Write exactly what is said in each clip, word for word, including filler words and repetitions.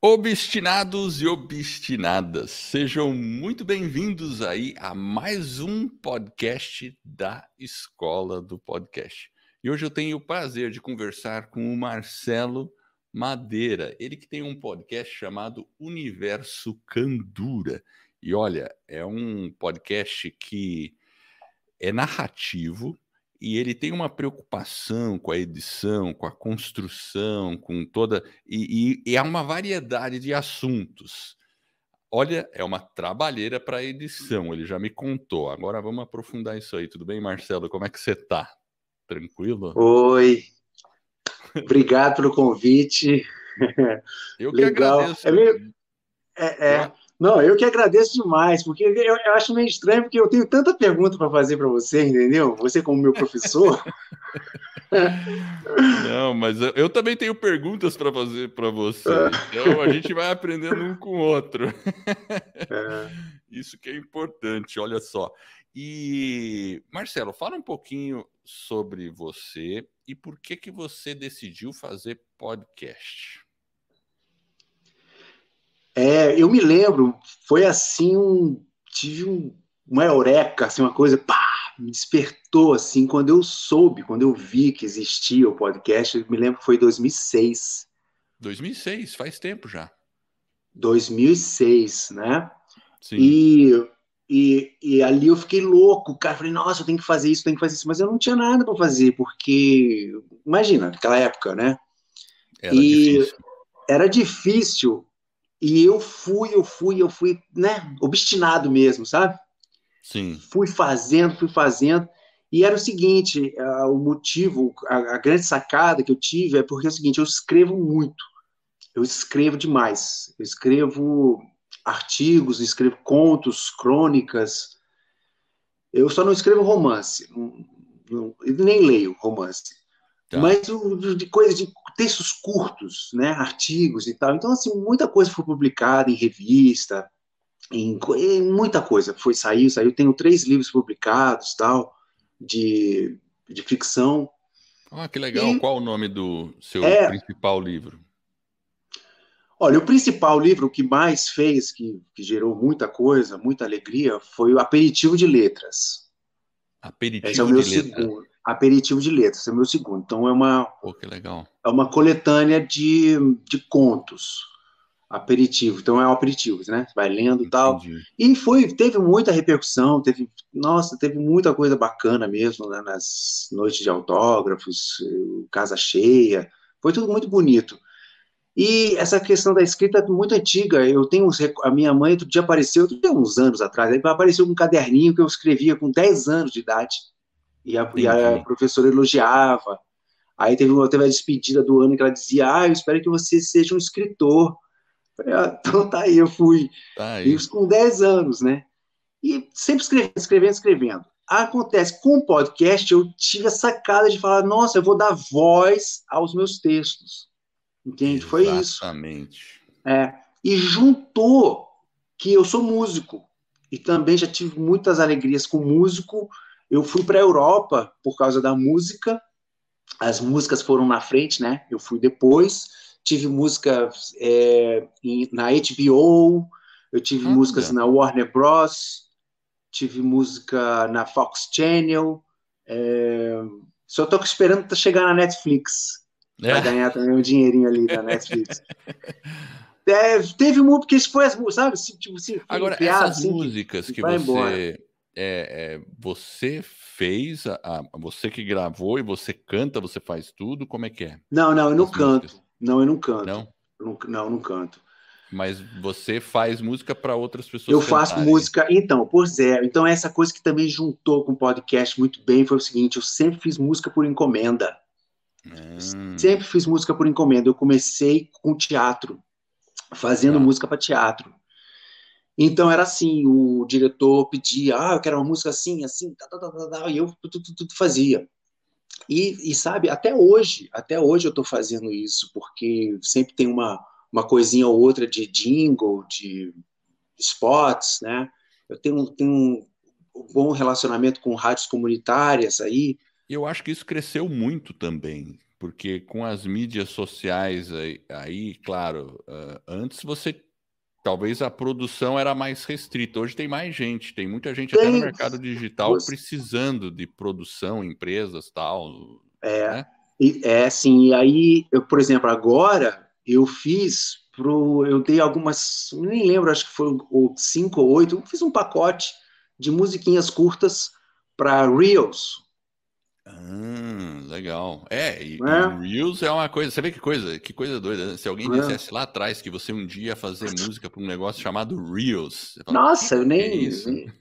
Obstinados e obstinadas, sejam muito bem-vindos aí a mais um podcast da Escola do Podcast. E hoje eu tenho o prazer de conversar com o Marcelo Madeira, ele que tem um podcast chamado Universo Candura. E olha, é um podcast que é narrativo, e ele tem uma preocupação com a edição, com a construção, com toda... E, e, e há uma variedade de assuntos. Olha, é uma trabalheira para a edição, ele já me contou. Agora vamos aprofundar isso aí. Tudo bem, Marcelo? Como é que você está? Tranquilo? Oi, obrigado pelo convite. Eu que Legal. agradeço. É meio, é, Eu... é. Não, eu que agradeço demais, porque eu, eu acho meio estranho, porque eu tenho tanta pergunta para fazer para você, entendeu? Você como meu professor. Não, mas eu, eu também tenho perguntas para fazer para você. Então a gente vai aprendendo um com o outro. É. Isso que é importante, olha só. E, Marcelo, fala um pouquinho sobre você e por que que você decidiu fazer podcast. É, eu me lembro, foi assim, um, tive um, uma eureka, assim, uma coisa, pá, me despertou, assim, quando eu soube, quando eu vi que existia o podcast, eu me lembro que foi em dois mil e seis. dois mil e seis, faz tempo já. dois mil e seis, né? Sim. E, e, e ali eu fiquei louco, cara. Falei, nossa, eu tenho que fazer isso, eu tenho que fazer isso. Mas eu não tinha nada para fazer, porque, imagina, naquela época, né? Era E difícil. era difícil. E eu fui, eu fui, eu fui, né? Obstinado mesmo, sabe? Sim. Fui fazendo, fui fazendo. E era o seguinte: uh, o motivo, a, a grande sacada que eu tive é porque é o seguinte: eu escrevo muito. Eu escrevo demais. Eu escrevo artigos, escrevo contos, crônicas. Eu só não escrevo romance, não, não, nem leio romance. Tá. Mas de coisas, de textos curtos, né, artigos e tal. Então, assim, muita coisa foi publicada em revista, em, em muita coisa foi saiu, saiu. Tenho três livros publicados, tal, de, de ficção. Ah, que legal. E Qual o nome do seu é, principal livro? olha, o principal livro que mais fez, que, que gerou muita coisa, muita alegria, foi o Aperitivo de Letras. Esse é o Aperitivo meu de Letra. segundo. Aperitivo de Letras, esse é o meu segundo. Então, é uma, Pô, que legal. é uma coletânea de, de contos. Aperitivo. Então, é um aperitivo, né? Você vai lendo e tal. Entendi. E foi, teve muita repercussão, teve, nossa, teve muita coisa bacana mesmo, né? Nas noites de autógrafos, casa cheia. Foi tudo muito bonito. E essa questão da escrita é muito antiga. Eu tenho uns, a minha mãe outro dia apareceu, outro dia, uns anos atrás, aí apareceu um caderninho que eu escrevia com dez anos de idade. E a, e a Entendi. professora elogiava. Aí teve, uma, teve a despedida do ano que ela dizia: Ah, eu espero que você seja um escritor. Eu falei, ah, então tá aí, eu fui. Tá aí. Isso com dez anos, né? E sempre escrevendo, escrevendo, escrevendo. Acontece, com o podcast, eu tive a sacada de falar: Nossa, eu vou dar voz aos meus textos. Entende? Foi isso. Exatamente. É, e juntou que eu sou músico e também já tive muitas alegrias com músico. Eu fui para a Europa por causa da música, as músicas foram na frente, né? Eu fui depois. Tive música é, em, na H B O, eu tive músicas Olha. na Warner Bros, tive música na Fox Channel. É, só estou esperando chegar na Netflix para É. ganhar também um dinheirinho ali na Netflix. É, teve muito, porque isso foi, sabe, tipo, assim, filho Agora, criado, essas assim, que, músicas que que vai embora. você é, é, você fez, a, a- você que gravou e você canta, você faz tudo, como é que é? Não, não, eu não As músicas? canto. Não, eu não canto. Não? Eu não, não, eu não canto. Mas você faz música para outras Eu pessoas faço cantarem. música, então, pois é. Então, essa coisa que também juntou com o podcast muito bem foi o seguinte: eu sempre fiz música por encomenda. Hum, Sempre fiz música por encomenda. Eu comecei com teatro, fazendo tá. música para teatro. Então, era assim: o diretor pedia, ah, eu quero uma música assim, assim, tá, tá, tá, tá, tá, e eu tudo, tudo, tudo fazia. E, e, sabe, até hoje, até hoje eu estou fazendo isso, porque sempre tem uma, uma coisinha ou outra de jingle, de spots, né? Eu tenho, tenho um bom relacionamento com rádios comunitárias aí. E eu acho que isso cresceu muito também, porque com as mídias sociais aí, aí claro, uh, antes você, talvez a produção era mais restrita, hoje tem mais gente, tem muita gente até no Tem, mercado digital você, precisando de produção, empresas, tal, é, né? e- é assim, e aí, eu, por exemplo, agora eu fiz pro, eu dei algumas, nem lembro, acho que foram ou cinco ou oito, eu fiz um pacote de musiquinhas curtas para Reels, Ah, legal. É, e, e o né? Reels é uma coisa, você vê que coisa, que coisa doida, né? Se alguém Né? dissesse lá atrás que você um dia ia fazer música para um negócio chamado Reels, você fala, que Nossa, eu que é nem, isso? nem...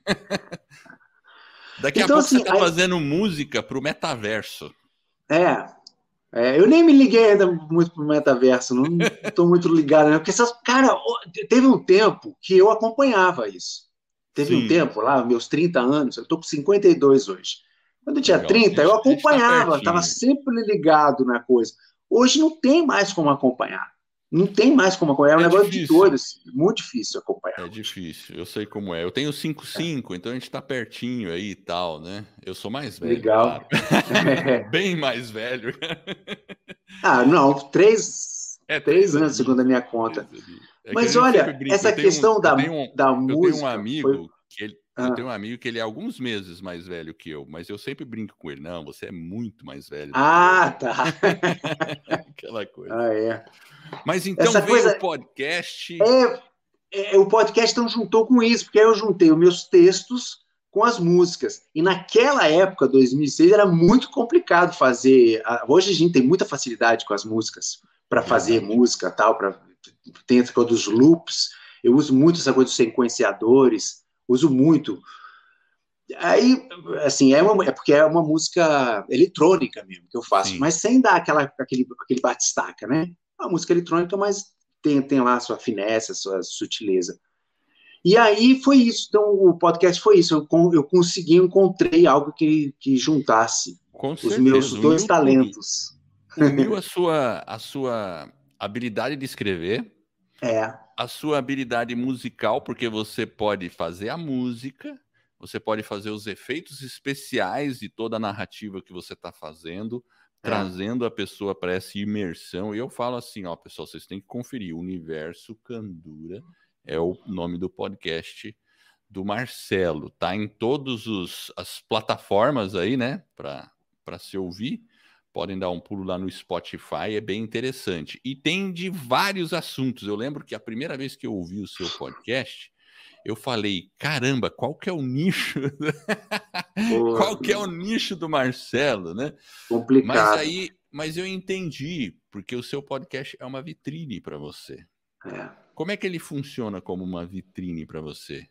Daqui a Então, pouco você assim, tá aí, fazendo música para o metaverso. é, é, eu nem me liguei ainda muito pro metaverso, não estou muito ligado, né? Porque essas, cara, teve um tempo que eu acompanhava isso. Teve um Sim, tempo lá, meus trinta anos, eu estou com cinquenta e dois hoje. Quando eu tinha legal. A trinta, eu gente, a gente tá acompanhava, estava pertinho. sempre ligado na coisa. Hoje não tem mais como acompanhar. Não tem mais como acompanhar. É um É negócio de difícil. doido, assim, muito difícil acompanhar É hoje. difícil, eu sei como é. Eu tenho cinco cinco, então a gente tá pertinho aí e tal, né? Eu sou mais velho, claro. Legal. Bem mais velho. Ah, não, três, É três três anos, segundo a aninhos. minha conta. Três aninhos. É que a Mas gente sempre olha, brinca. Eu essa tenho um, questão eu da, tenho um, da eu tenho um música foi. amigo que ele, eu Ah, tenho um amigo que ele é alguns meses mais velho que eu, mas eu sempre brinco com ele. Não, você é muito mais velho do que eu. ah, tá. Aquela coisa. Ah, é. Mas então Essa veio o coisa podcast. é, é, o podcast então juntou com isso, porque aí eu juntei os meus textos com as músicas. E naquela época, dois mil e seis, era muito complicado fazer. Hoje a gente tem muita facilidade com as músicas para fazer Verdade. música, tal, para tem essa coisa dos loops. Eu uso muito essa coisa dos sequenciadores, uso muito. Aí, assim, é, uma, é porque é uma música eletrônica mesmo que eu faço, Sim. mas sem dar aquela, aquele, aquele batistaca, né? É uma música eletrônica, mas tem, tem lá a sua finesse, a sua sutileza. E aí foi isso. Então, o podcast foi isso. Eu, eu consegui, encontrei algo que, que juntasse Com os meus certeza, dois uniu tudo. talentos. Uniu a sua, a sua habilidade de escrever, É, a sua habilidade musical, porque você pode fazer a música, você pode fazer os efeitos especiais de toda a narrativa que você está fazendo, é, trazendo a pessoa para essa imersão. E eu falo assim, ó, pessoal, vocês têm que conferir. Universo Candura é o nome do podcast do Marcelo. Tá em todas as plataformas aí, né, para para se ouvir. Podem dar um pulo lá no Spotify, é bem interessante. E tem de vários assuntos. Eu lembro que a primeira vez que eu ouvi o seu podcast, eu falei, caramba, qual que é o nicho? pô, Qual que é o nicho do Marcelo, né? Mas complicado. aí, mas eu entendi, porque o seu podcast é uma vitrine para você. É. Como é que ele funciona como uma vitrine para você?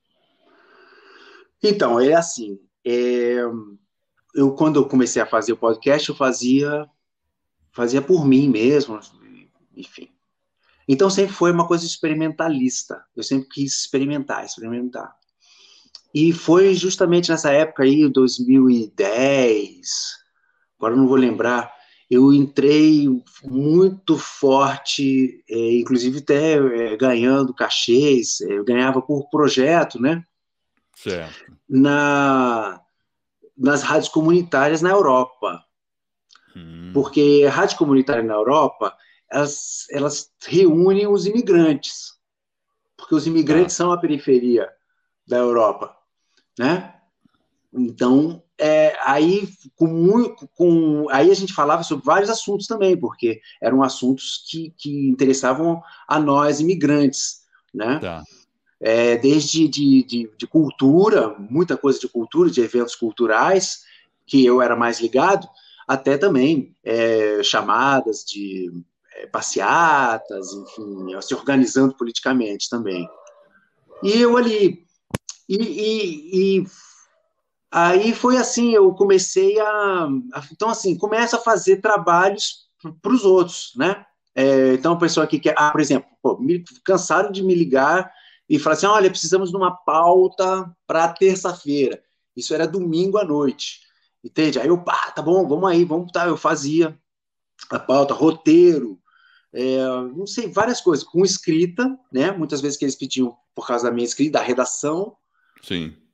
Então, é assim. É, eu, quando eu comecei a fazer o podcast, eu fazia, fazia por mim mesmo, enfim. Então sempre foi uma coisa experimentalista. Eu sempre quis experimentar, experimentar. E foi justamente nessa época aí, dois mil e dez, agora eu não vou lembrar, eu entrei muito forte, é, inclusive até é, ganhando cachês, é, eu ganhava por projeto, né? Certo. Na, nas rádios comunitárias na Europa. Hum, Porque a rádio comunitária na Europa, elas, elas reúnem os imigrantes, porque os tá. imigrantes são a periferia da Europa, né? Então, é, aí, com, muito, com, aí a gente falava sobre vários assuntos também, porque eram assuntos que, que interessavam a nós, imigrantes, né? Tá. É, desde de, de, de cultura, muita coisa de cultura, de eventos culturais, que eu era mais ligado, até também é, chamadas de é, passeatas, enfim, se organizando politicamente também. E eu ali, e, e, e aí foi assim, eu comecei a, a então assim, começa a fazer trabalhos para os outros, né? É, então a pessoa que quer, ah, por exemplo, pô, me, cansaram de me ligar e falar assim, olha, precisamos de uma pauta para terça-feira. Isso era domingo à noite, entende? Aí eu, pá, tá bom, vamos aí, vamos, tá, eu fazia a pauta, roteiro, é, não sei, várias coisas, com escrita, né? Muitas vezes que eles pediam por causa da minha escrita, da redação, Sim.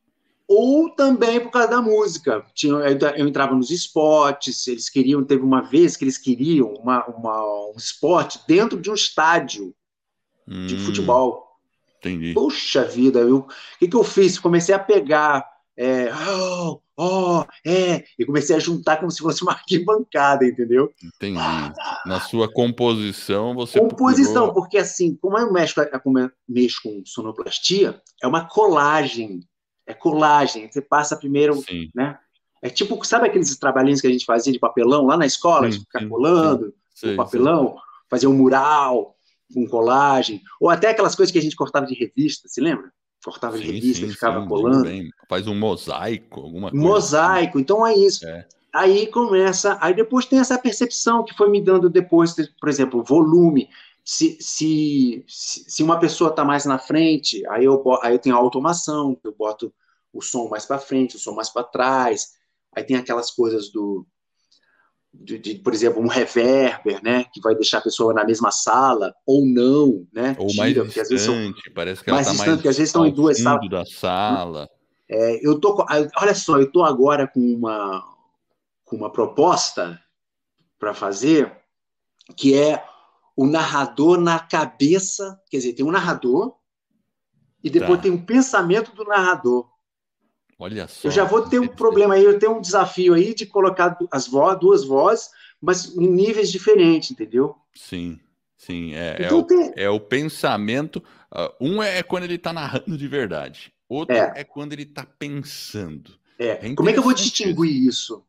ou também por causa da música. Tinha, eu entrava nos spots, eles queriam, teve uma vez que eles queriam uma, uma, um spot dentro de um estádio de Hum, futebol. entendi. Puxa vida, eu, o que, que eu fiz? Comecei a pegar, é, oh, oh, é, e comecei a juntar como se fosse uma arquibancada, entendeu? Entendi. Na sua composição, você Composição, procurou. porque assim, como eu mexo, como eu mexo com sonoplastia, é uma colagem. É colagem. Você passa primeiro, Sim, né? É tipo, sabe aqueles trabalhinhos que a gente fazia de papelão lá na escola, de sim, ficar sim, sim. colando o Sei, sei. papelão, fazer um mural com colagem, ou até aquelas coisas que a gente cortava de revista, se lembra? Cortava de Sim, revista e sim, ficava sim, lembro colando. bem. Faz um mosaico, alguma coisa assim. Mosaico, então é isso. É. Aí começa, aí depois tem essa percepção que foi me dando depois, por exemplo, volume. Se, se, se uma pessoa está mais na frente, aí eu, aí eu tenho a automação, eu boto o som mais para frente, o som mais para trás. Aí tem aquelas coisas do, de, de, por exemplo, um reverber, né, que vai deixar a pessoa na mesma sala, ou não, né, Ou mais tira, porque às vezes são distante, parece que ela mais está mais distantes, porque às vezes estão em ao duas salas. fundo da sala. É, eu tô, olha só, eu tô agora com uma, com uma proposta para fazer, que é o narrador na cabeça, quer dizer, tem um narrador e depois tem Tá. um pensamento do narrador. Olha Eu já só, vou que ter um interessante. problema aí, eu tenho um desafio aí de colocar as vozes, duas vozes, mas em níveis diferentes, entendeu? Sim, sim, é, é Então o, tem. é o pensamento. Uh, um é quando ele está narrando de verdade, outro É, é quando ele está pensando. é. É Como é que eu vou interessante isso. distinguir isso?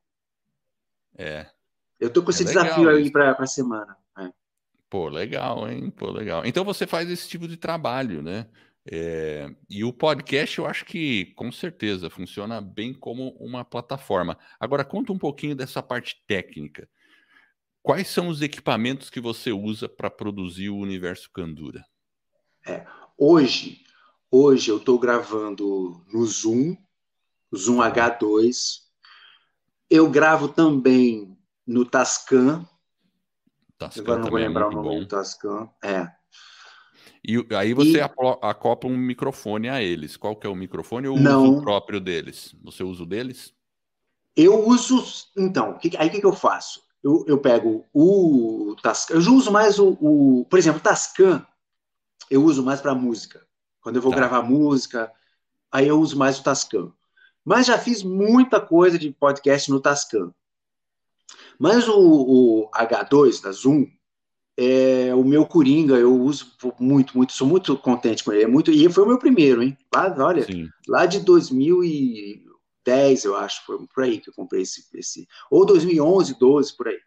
É, Eu tô com é esse desafio legal aí isso. para a semana. É. Pô, legal, hein? Pô, legal. Então você faz esse tipo de trabalho, né? É, e o podcast eu acho que com certeza funciona bem como uma plataforma. Agora conta um pouquinho dessa parte técnica. Quais são os equipamentos que você usa para produzir o Universo Candura? É. Hoje, hoje eu estou gravando no Zoom, Zoom Tá, H dois. Eu gravo também no Tascam. Tascam Agora não vou também é lembrar o muito nome do bom. Tascam. É. E o- aí você E aplo- acopla um microfone a eles. Qual que é o microfone ou usa o não, próprio deles? Você usa o deles? eu uso. Então, que- aí o que, que eu faço? Eu, eu pego o Tascam. Eu já uso mais o, o. Por exemplo, o Tascam, eu uso mais para música. Quando eu vou Tá, gravar música, aí eu uso mais o Tascam. Mas já fiz muita coisa de podcast no Tascam. Mas o, o H dois da Zoom, é o meu Coringa, eu uso muito, muito, sou muito contente com ele. É muito, e foi o meu primeiro, hein? Lá, olha, sim. lá de dois mil e dez, eu acho, foi por aí que eu comprei esse, esse ou dois mil e onze, doze, por aí.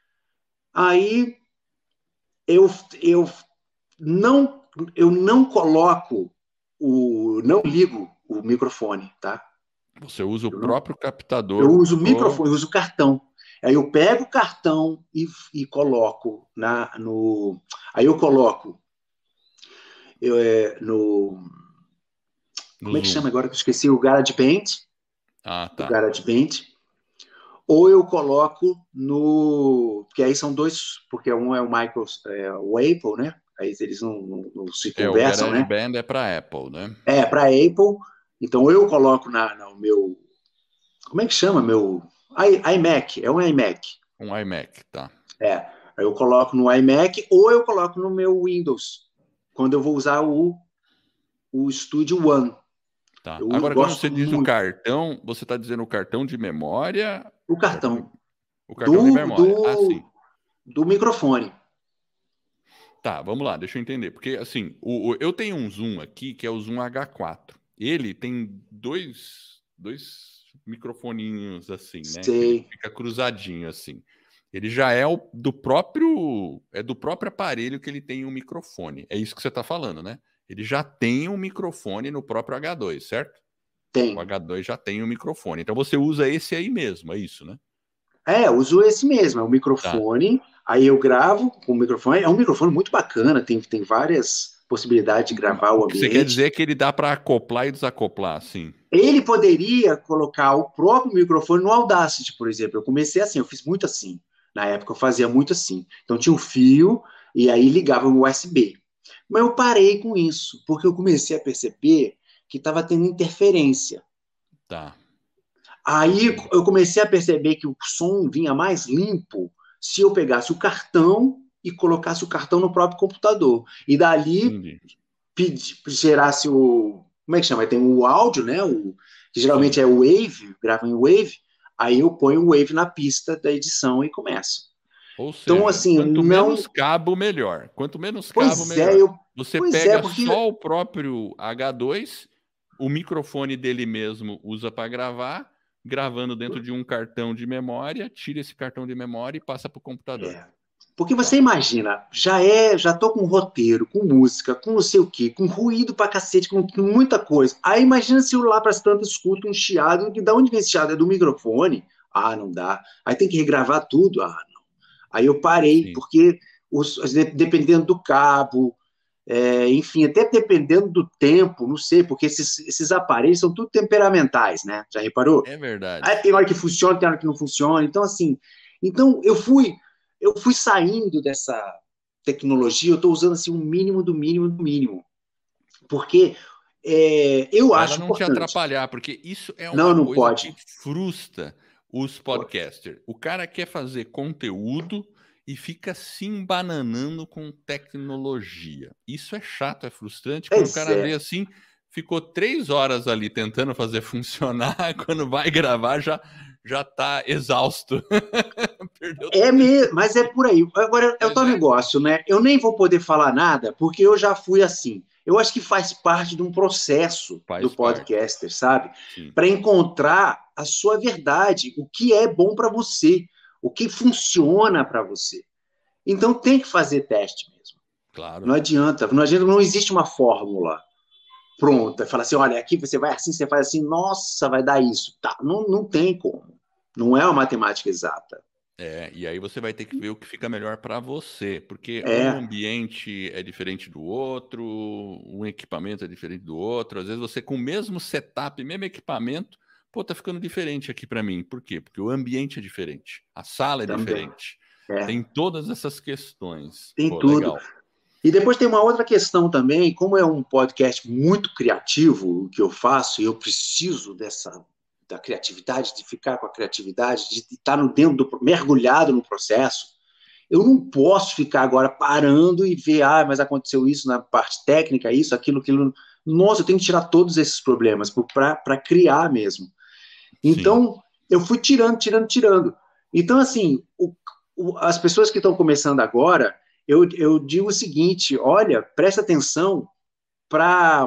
Aí eu, eu não eu não coloco o não ligo o microfone, tá? Você usa o Eu não próprio eu captador uso o do. microfone, eu uso o cartão. Aí eu pego o cartão e, e coloco na no aí eu coloco eu, é, no No como é que Zoom. chama agora que eu esqueci? O GarageBand, Ah, o tá. GarageBand, ou eu coloco no, que aí são dois, porque um é o Michael, é, o Apple, né? Aí eles não, não, não se É, o conversam, né? GarageBand é para Apple, né? É, para Apple, então eu coloco na, no meu, como é que chama? Meu I, iMac, é um iMac. Um iMac, tá. É, aí eu coloco no iMac ou eu coloco no meu Windows, quando eu vou usar o, o Studio One. Tá. Eu Agora, quando gosto você diz o muito. cartão, você está dizendo o cartão de memória? O O cartão de... cartão o cartão de do, memória. Ah, do, sim. do microfone. Tá, vamos lá, deixa eu entender. Porque, assim, o, o- eu tenho um Zoom aqui, que é o Zoom H quatro. Ele tem dois, dois microfoninhos, assim, né? Que ele Sei. fica cruzadinho, assim. Ele já é o, do próprio... É do próprio aparelho que ele tem um microfone. É isso que você está falando, né? Ele já tem um microfone no próprio H dois, certo? O Tem. H dois já tem um microfone. Então você usa esse aí mesmo, é isso, né? É, eu uso esse mesmo, é o Tá. microfone. Aí eu gravo com o microfone. É um microfone muito bacana, tem, tem várias possibilidades de gravar o O que você quer dizer ambiente. é que ele dá para acoplar e desacoplar, assim. Ele poderia colocar o próprio microfone no Audacity, por exemplo. Eu comecei assim, eu fiz muito assim. Na época eu fazia muito assim. Então tinha um fio e aí ligava no U S B. Mas eu parei com isso, porque eu comecei a perceber que estava tendo interferência. Tá. Aí eu comecei a perceber que o som vinha mais limpo se eu pegasse o cartão e colocasse o cartão no próprio computador. E dali Entendi. pedi, gerasse o. Como é que chama? Tem o áudio, né? O, que geralmente Sim. é o Wave, grava em Wave. Aí eu ponho o Wave na pista da edição e começo. Ou Então, seja, assim, quanto menos não. cabo, melhor. Quanto menos cabo, Pois é, melhor. eu. Você Pois é, pega porque. só o próprio H dois, o microfone dele mesmo usa para gravar, gravando dentro de um cartão de memória, tira esse cartão de memória e passa para o computador. É. Porque você Tá. imagina, já é, já tô com roteiro, com música, com não sei o quê, com ruído pra cacete, com, com muita coisa. Aí imagina se eu lá para tanto escuto um chiado, e da onde vem esse chiado? É do microfone? Ah, não dá. Aí tem que regravar tudo? Ah, não. Aí eu parei, Sim. porque os, dependendo do cabo, é, enfim, até dependendo do tempo, não sei, porque esses, esses aparelhos são tudo temperamentais, né? Já reparou? É verdade. Aí tem hora que funciona, tem hora que não funciona. Então, assim, então eu fui, eu fui saindo dessa tecnologia, eu estou usando assim o um mínimo do mínimo do mínimo. Porque é, eu Para ela acho não te importante. atrapalhar, porque isso é Não, uma não coisa pode. que frustra os podcasters. O cara quer fazer conteúdo e fica se embananando com tecnologia. Isso é chato, é frustrante. Quando o Pois cara vê é. assim, ficou três horas ali tentando fazer funcionar, quando vai gravar já já tá exausto. Perdeu. É mesmo, mas é por aí. Agora é o Mas tal é, negócio, né? Eu nem vou poder falar nada, porque eu já fui assim. Eu acho que faz parte de um processo do faz parte. podcaster, sabe? Sim, Para encontrar a sua verdade, o que é bom para você, o que funciona para você. Então tem que fazer teste mesmo. claro. Não adianta, não adianta, não existe uma fórmula pronta. Fala assim, olha, aqui você vai assim, você faz assim, nossa, vai dar isso. Tá, não, não tem como. Não é uma matemática exata. É, e aí você vai ter que ver o que fica melhor para você, porque um É, ambiente é diferente do outro, um equipamento é diferente do outro. Às vezes você com o mesmo setup, mesmo equipamento, pô, tá ficando diferente aqui para mim. Por quê? Porque o ambiente é diferente, a sala é também. diferente. É, Tem todas essas questões. tem Pô, tudo. legal. E depois tem uma outra questão também, como é um podcast muito criativo que eu faço, e eu preciso dessa da criatividade, de ficar com a criatividade, de estar no dentro do, mergulhado no processo. Eu não posso ficar agora parando e ver, ah, mas aconteceu isso na parte técnica, isso, aquilo, aquilo. Nossa, eu tenho que tirar todos esses problemas para criar mesmo. Sim, Então, eu fui tirando, tirando, tirando. Então, assim, o, o, as pessoas que estão começando agora, eu, eu digo o seguinte: olha, presta atenção para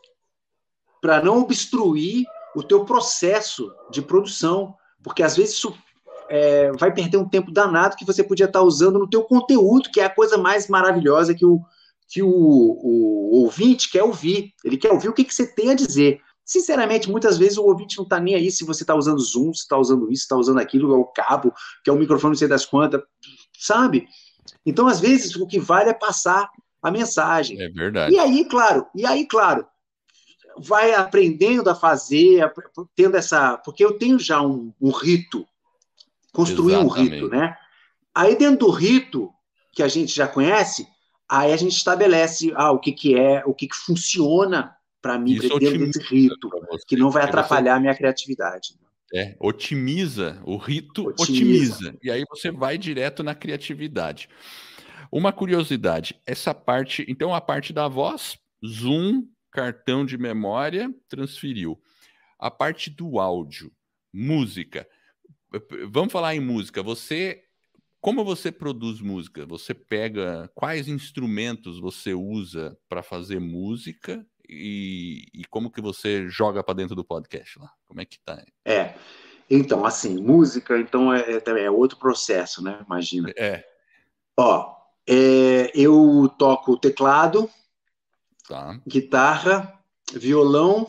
para não obstruir o teu processo de produção, porque às vezes isso é, vai perder um tempo danado que você podia estar usando no teu conteúdo, que é a coisa mais maravilhosa que o, que o, o ouvinte quer ouvir. Ele quer ouvir o que, que você tem a dizer. Sinceramente, muitas vezes o ouvinte não está nem aí se você está usando Zoom, se está usando isso, se está usando aquilo, é o cabo, que é o microfone, não sei das quantas, sabe? Então, às vezes, o que vale é passar a mensagem. é E verdade. aí, claro, e aí, claro, vai aprendendo a fazer, tendo essa. Porque eu tenho já um, um rito, construir um rito, Exatamente. né? Aí, dentro do rito, que a gente já conhece, aí a gente estabelece ah, o que, que é, o que, que funciona para mim, Isso dentro otimiza desse rito, para que você, não vai porque você atrapalhar a minha criatividade. é, otimiza, o rito Otimiza. otimiza, e aí você vai direto na criatividade. Uma curiosidade, essa parte, então a parte da voz, Zoom, cartão de memória, transferiu. A parte do áudio, música. Vamos falar em música. Você, como você produz música? Você pega quais instrumentos você usa para fazer música e, e como que você joga para dentro do podcast lá? Como é que tá? É. Então, assim, música, então, é, é, é outro processo, né? Imagina. É, Ó, é, eu toco teclado, tá. guitarra, violão,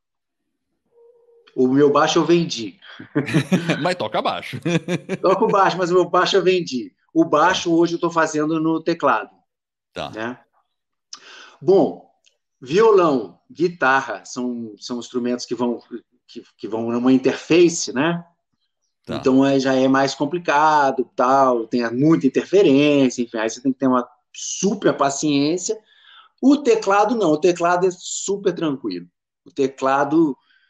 o meu baixo eu vendi. Mas toca baixo. Toco baixo, mas o meu baixo eu vendi. O Tá, baixo hoje eu estou fazendo no teclado, tá. né? Bom, violão, guitarra são, são instrumentos que vão que, que vão numa interface, né? Tá. Então é, já é mais complicado, tal, tem muita interferência, enfim, aí você tem que ter uma super paciência. O teclado não, o teclado é super tranquilo. O teclado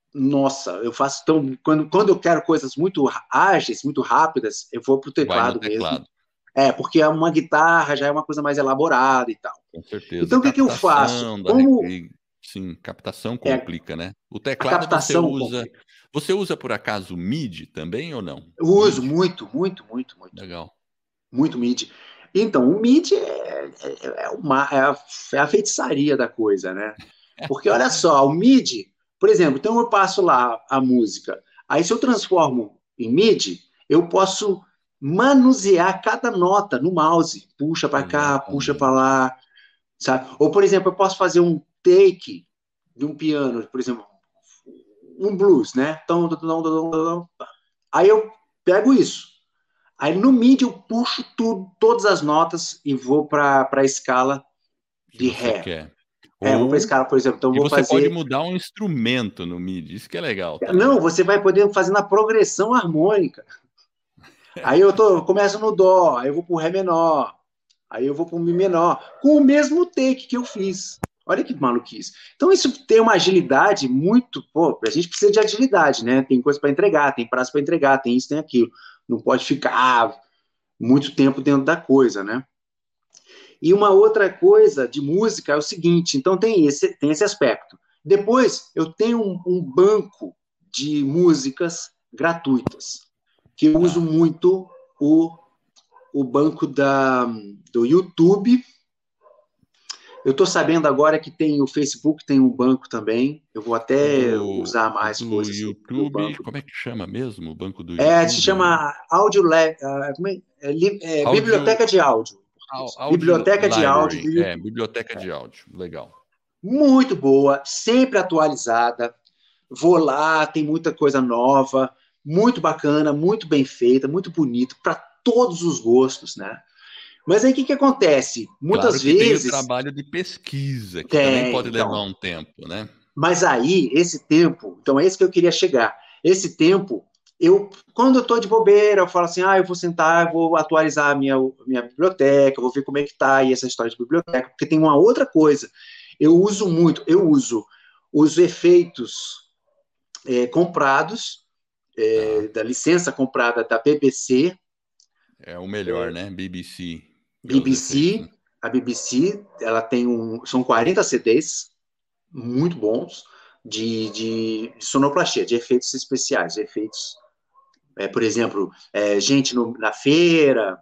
Nossa, eu faço tão. Quando, quando eu quero coisas muito ágeis, muito rápidas, eu vou para o Vai no teclado mesmo. teclado. É, porque uma guitarra já é uma coisa mais elaborada e tal. Com certeza. Então, o que, que eu faço? Captação da Como re- Sim, captação é, complica, né? O a teclado você captação usa. complica? Você usa por acaso MIDI também ou não? Eu uso MIDI? muito, muito, muito, muito, Legal. muito MIDI. Então, o MIDI é, é, é uma, é, a, é a feitiçaria da coisa, né? Porque olha só, o MIDI, por exemplo, então eu passo lá a música. Aí, se eu transformo em MIDI, eu posso manusear cada nota no mouse. Puxa para cá, puxa para Exatamente. lá, sabe? Ou, por exemplo, eu posso fazer um take de um piano, por exemplo, um blues, né? Tom, tom, tom, tom, tom. Aí eu pego isso. Aí no MIDI eu puxo tudo, todas as notas e vou para a escala Que de você Ré. quer. É, vou para a Ou escala, por exemplo, então eu e vou você pode fazer. mudar um instrumento no MIDI. Isso que é legal também. Não, você vai poder fazer na progressão harmônica. Aí eu, tô, eu começo no Dó, aí eu vou para o Ré menor, aí eu vou para o Mi menor, com o mesmo take que eu fiz. Olha que maluquice. Então, isso tem uma agilidade muito. Pô, a gente precisa de agilidade, né? Tem coisa para entregar, tem prazo para entregar, tem isso, tem aquilo. Não pode ficar muito tempo dentro da coisa, né? E uma outra coisa de música é o seguinte: então tem esse, tem esse aspecto. Depois, eu tenho um, um banco de músicas gratuitas, que eu uso Tá. muito o, o banco da, do YouTube. Eu estou sabendo agora que tem o Facebook, tem um banco também. Eu vou O até do, usar o mais do coisas do, do YouTube, banco. como é que chama mesmo? O banco do É, se YouTube? chama Audio Lab, uh, como é? É, é, Áudio, Biblioteca de Áudio, em au- português. Audio Biblioteca de Áudio Library. do É, YouTube. biblioteca de áudio. Legal. Muito boa, sempre atualizada. Vou lá, tem muita coisa nova, muito bacana, muito bem feita, muito bonito, para todos os gostos, né? Mas aí o que, que acontece? Claro Muitas que tem o vezes trabalho de pesquisa, que também tem, pode levar então, um tempo, né? mas aí esse tempo, então é esse que eu queria chegar. Esse tempo, eu, quando eu estou de bobeira, eu falo assim, ah, eu vou sentar, eu vou atualizar a minha, minha biblioteca, vou ver como é que tá aí essa história de biblioteca, porque tem uma outra coisa. Eu uso muito, eu uso os efeitos é, comprados, Tá. é, da licença comprada da B B C, É o melhor, né? B B C, pelos efeitos, B B C, né? a B B C, ela tem um, são quarenta C Ds muito bons de, de, de sonoplastia, de efeitos especiais, de efeitos, é, por exemplo, é, gente no, na feira,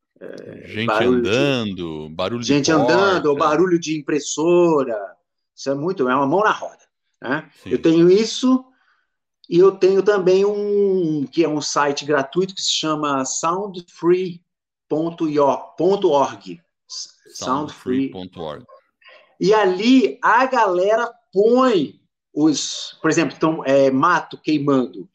Gente barulho de andando, barulho de gente andando, ou porta. barulho de impressora, isso é muito, é uma mão na roda, né? Eu Sim. tenho isso. E eu tenho também um, que é um site gratuito que se chama soundfree ponto org. soundfree Soundfree. ponto org. E ali a galera põe os, por exemplo, então, é, mato queimando.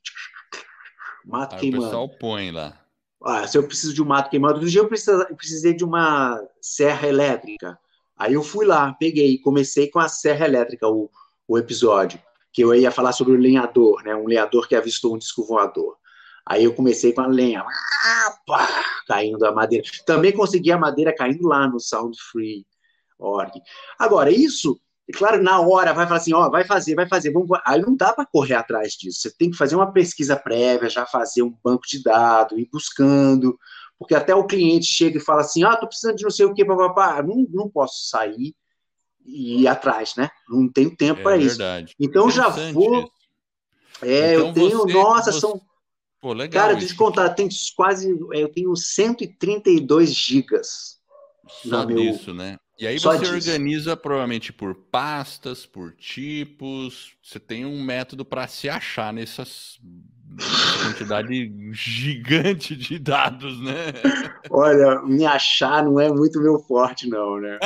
Mato Aí o queimando. pessoal põe lá. Ah, se eu preciso de um mato queimando, outro dia eu precisei de uma serra elétrica. Aí eu fui lá, peguei, comecei com a serra elétrica o, o episódio, que eu ia falar sobre o lenhador, né? Um lenhador que avistou um disco voador. Aí eu comecei com a lenha, ah, pá, caindo a madeira. Também consegui a madeira caindo lá no Soundfree ponto org. Agora, isso, é claro, na hora vai falar assim, ó, vai fazer, vai fazer. Vamos... Aí não dá para correr atrás disso. Você tem que fazer uma pesquisa prévia, já fazer um banco de dados, ir buscando, porque até o cliente chega e fala assim, ah, tô precisando de não sei o que, papapá. Não, não posso sair e ir atrás, né? Não tenho tempo É para isso. verdade. Então já Interessante vou. isso. É, eu Então tenho, você, nossa, você, são. pô, Cara, legal deixa eu te isso, porque contar, tem quase. Eu tenho cento e trinta e dois gigas na só meu. disso, né? E aí Só você disso. organiza provavelmente por pastas, por tipos. Você tem um método para se achar nessas, nessa quantidade gigante de dados, né? Olha, me achar não é muito meu forte, não, né?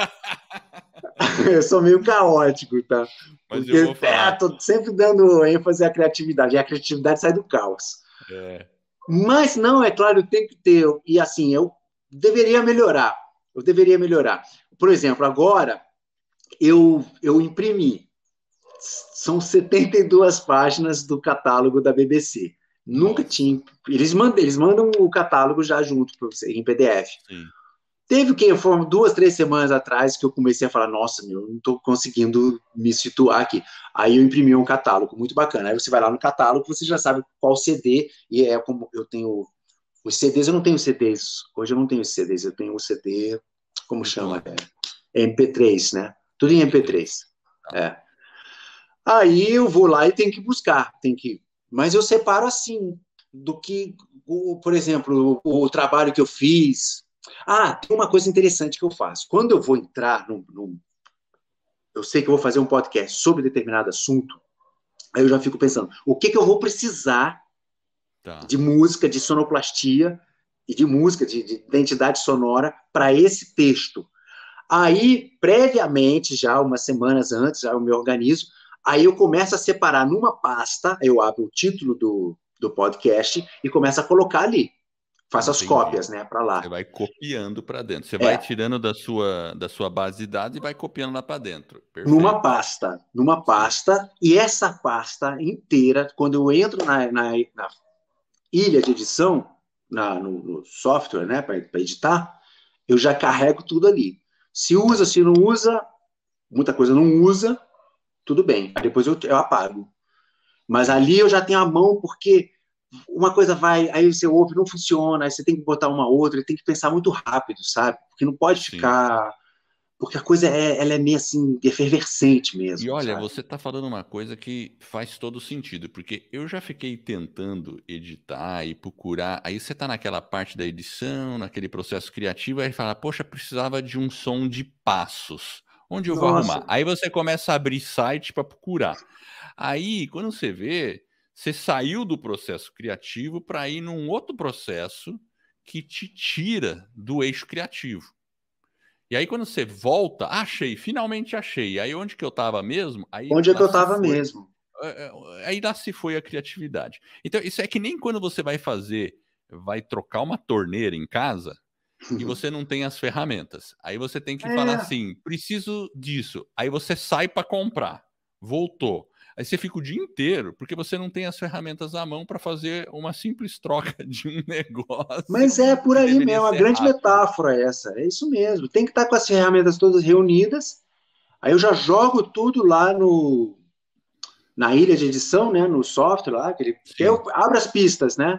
Eu sou meio caótico, tá? Mas eu vou Porque é, falar. tô sempre dando ênfase à criatividade, e a criatividade sai do caos. É, Mas não, é claro, eu tenho que ter, e assim, eu deveria melhorar, eu deveria melhorar. Por exemplo, agora eu, eu imprimi, são setenta e duas páginas do catálogo da B B C. Nunca nossa, tinha, eles mandam, eles mandam o catálogo já junto para você, em P D F. sim. Teve o quê? Foram duas, três semanas atrás que eu comecei a falar, nossa, meu, eu não estou conseguindo me situar aqui. Aí eu imprimi um catálogo muito bacana. Aí você vai lá no catálogo, você já sabe qual C D, e é como eu tenho os C Ds, eu não tenho C Ds, hoje eu não tenho C Ds, eu tenho o C D, como chama? É, M P três, né? Tudo em M P três. É. Aí eu vou lá e tenho que buscar, tem que... mas eu separo assim, do que, o, por exemplo, o, o trabalho que eu fiz. Ah, tem uma coisa interessante que eu faço. Quando eu vou entrar num, num, eu sei que eu vou fazer um podcast sobre determinado assunto, aí eu já fico pensando, o que, que eu vou precisar tá. de música, de sonoplastia e de música, de, de identidade sonora para esse texto. Aí, previamente, já umas semanas antes, já eu me organizo, aí eu começo a separar numa pasta, eu abro o título do, do podcast e começo a colocar ali. Faço Entendi. as cópias, né, para lá. Você vai copiando para dentro. Você é. vai tirando da sua, da sua base de dados e vai copiando lá para dentro. Perfeito. Numa pasta, numa pasta, Sim. e essa pasta inteira, quando eu entro na, na, na ilha de edição, na, no, no software, né, para editar, eu já carrego tudo ali. Se usa, se não usa, muita coisa não usa, tudo bem. Aí depois eu, eu apago. Mas ali eu já tenho a mão, porque uma coisa vai, aí você ouve, não funciona, aí você tem que botar uma outra, tem que pensar muito rápido, sabe? Porque não pode Sim. ficar... Porque a coisa é, ela é meio assim, efervescente mesmo. E olha, sabe? Você está falando uma coisa que faz todo sentido, porque eu já fiquei tentando editar e procurar, aí você está naquela parte da edição, naquele processo criativo, aí fala, poxa, precisava de um som de passos. Onde eu Nossa. vou arrumar? Aí você começa a abrir site para procurar. Aí, quando você vê... Você saiu do processo criativo para ir num outro processo que te tira do eixo criativo. E aí, quando você volta, achei, finalmente achei. Aí, onde que eu estava mesmo? Aí, onde é que eu estava mesmo? Aí lá se foi a criatividade. Então, isso é que nem quando você vai fazer, vai trocar uma torneira em casa e você não tem as ferramentas. Aí você tem que é. falar assim, preciso disso. Aí você sai para comprar. Voltou. Aí você fica o dia inteiro, porque você não tem as ferramentas à mão para fazer uma simples troca de um negócio. Mas é por aí mesmo, a grande rápido. metáfora é essa, é isso mesmo. Tem que estar com as ferramentas todas reunidas, aí eu já jogo tudo lá no, na ilha de edição, né, no software lá, que, ele, que eu abro as pistas, né?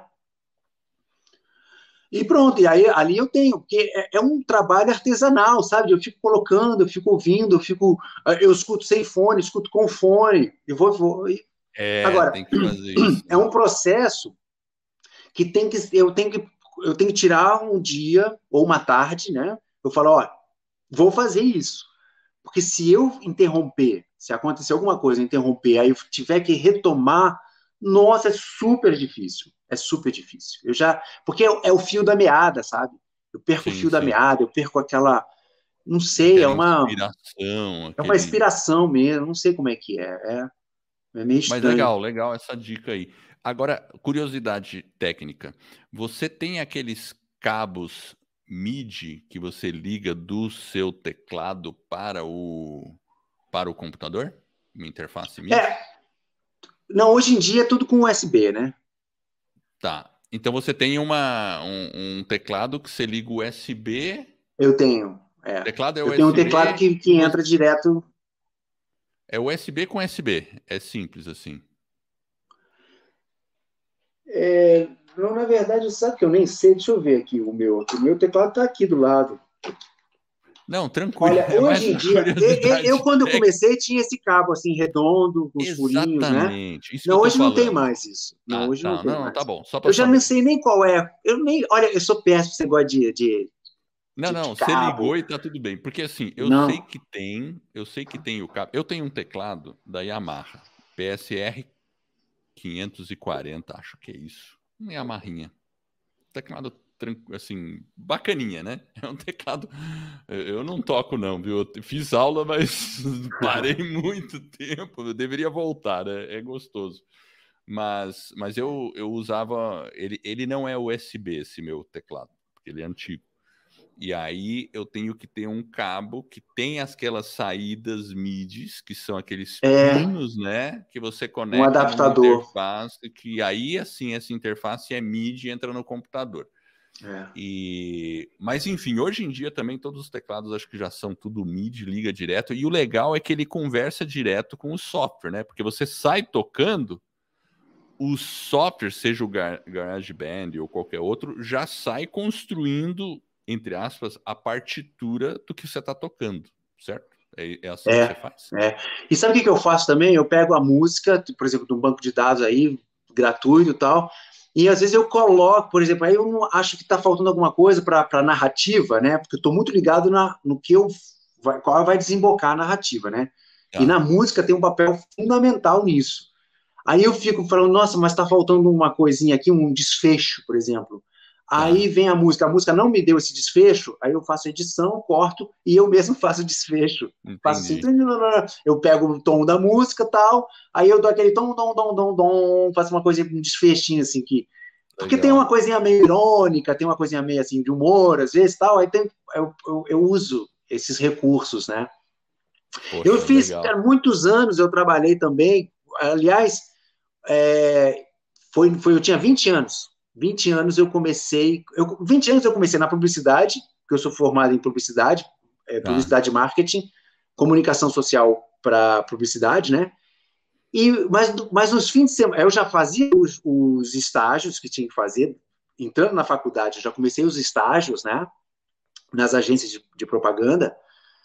E pronto, e aí ali eu tenho, porque é, é um trabalho artesanal, sabe? Eu fico colocando, eu fico ouvindo, eu fico, eu escuto sem fone, escuto com fone, e vou, vou e... É, Agora, tem que fazer isso. É um processo que tem que eu tenho que eu tenho que tirar um dia ou uma tarde, né? Eu falo, ó, vou fazer isso, porque se eu interromper, se acontecer alguma coisa, interromper, aí eu tiver que retomar, nossa, é super difícil. É super difícil. Eu já, porque é, é o fio da meada, sabe? Eu perco sim, o fio sim. da meada, eu perco aquela, não sei, aquela é uma inspiração, aquele... é uma inspiração mesmo, não sei como é que é, é, é meio estranho. Mas legal, legal essa dica aí. Agora, curiosidade técnica, você tem aqueles cabos M I D I que você liga do seu teclado para o para o computador? Uma interface M I D I? É. Não, hoje em dia é tudo com U S B, né? Tá. Então você tem uma, um, um teclado que você liga U S B? Eu tenho, é. Teclado é Eu U S B, tenho um teclado que, que entra você... direto... É U S B com U S B, é simples assim. É, não, na verdade, sabe que eu nem sei, deixa eu ver aqui o meu. O meu teclado está aqui do lado. Não, tranquilo. Olha, hoje em dia, eu, eu quando eu comecei tinha esse cabo assim redondo, com os furinhos, né? Exatamente. Não, hoje não tem mais isso. Não, ah, hoje tá. não tem não, mais. Tá bom, só eu já saber. não sei nem qual é. Eu nem, olha, eu sou péssimo esse negócio de, de Não, de, não, de você ligou e tá tudo bem. Porque assim, eu não. sei que tem, eu sei que tem o cabo. Eu tenho um teclado da Yamaha, P S R quinhentos e quarenta, acho que é isso. Uma Yamahinha. Teclado assim, bacaninha, né? É um teclado. Eu não toco, não, viu? Eu fiz aula, mas parei muito tempo. Eu deveria voltar, né? É gostoso. Mas, mas eu, eu usava. Ele, ele não é U S B, esse meu teclado, porque ele é antigo. E aí eu tenho que ter um cabo que tem aquelas saídas M I D Is, que são aqueles É. pinos, né? Que você conecta Um adaptador. numa interface, que aí, assim, essa interface é M I D I e entra no computador. É. E... Mas, enfim, hoje em dia também todos os teclados acho que já são tudo M I D I, liga direto. E o legal é que ele conversa direto com o software, né? Porque você sai tocando, o software, seja o Gar GarageBand ou qualquer outro, já sai construindo, entre aspas, a partitura do que você está tocando, certo? É, é assim É, que você faz? é. E sabe o que, que eu faço também? Eu pego a música, por exemplo, de um banco de dados aí, gratuito e tal, e às vezes eu coloco, por exemplo, aí eu não acho que está faltando alguma coisa para a narrativa, né? Porque eu estou muito ligado na, no que eu vai, qual vai desembocar a narrativa, né? E na Ah, música tem um papel fundamental nisso. Aí eu fico falando, nossa, mas está faltando uma coisinha aqui, um desfecho, por exemplo. Aí tá, vem a música, a música não me deu esse desfecho, aí eu faço edição, corto e eu mesmo faço o desfecho. Faço assim, entendi. eu pego o tom da música e tal, aí eu dou aquele tom, tom, tom, tom, tom, faço uma coisinha, um desfechinho assim que. Porque tem uma Legal. coisinha meio irônica, tem uma coisinha meio assim de humor, às vezes tal, aí tem, eu, eu, eu uso esses recursos, né? Eu Poxa, fiz, legal. há muitos anos eu trabalhei também, aliás, é, foi, foi, eu tinha vinte anos. vinte anos eu comecei. Eu, vinte anos eu comecei na publicidade, porque eu sou formado em publicidade, é, Tá. publicidade e marketing, comunicação social para publicidade, né? E, mas, mas nos fins de semana, eu já fazia os, os estágios que tinha que fazer, entrando na faculdade, eu já comecei os estágios, né? Nas agências de, de propaganda.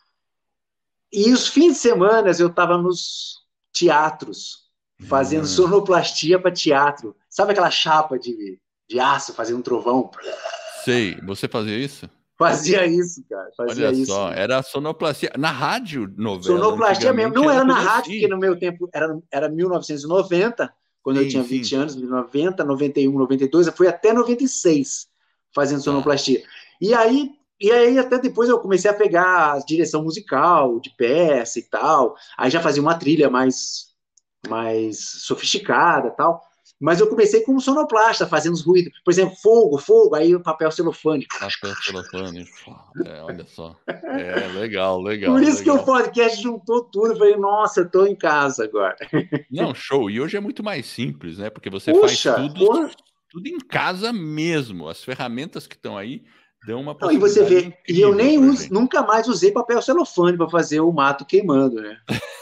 E os fins de semana eu estava nos teatros, fazendo Hum, sonoplastia para teatro. Sabe aquela chapa de, de aço fazendo um trovão? sei. Você fazia isso? Fazia isso, cara. Fazia Olha isso. só, era sonoplastia. Na rádio novela, Sonoplastia mesmo. antigamente, Não era era na coisa rádio, porque assim. no meu tempo era, era mil novecentos e noventa, quando eu Sim, tinha vinte sim. anos, noventa, noventa e um, noventa e dois, eu fui até noventa e seis fazendo Tá. sonoplastia. E aí, e aí até depois eu comecei a pegar a direção musical de peça e tal. Aí já fazia uma trilha mais, mais sofisticada e tal. Mas eu comecei como sonoplasta, fazendo os ruídos. Por exemplo, fogo, fogo, aí o papel celofane. Papel celofane. É, olha só. É, legal, Por legal, isso que o legal. podcast juntou tudo. Eu falei, nossa, eu tô em casa agora. Não, show. E hoje é muito mais simples, né? Porque você faz Puxa, tudo, porra. tudo em casa mesmo. As ferramentas que estão aí dão uma Não, e você possibilidade vê, e eu incrível nem pra uso, gente. nunca mais usei papel celofane para fazer o mato queimando, né?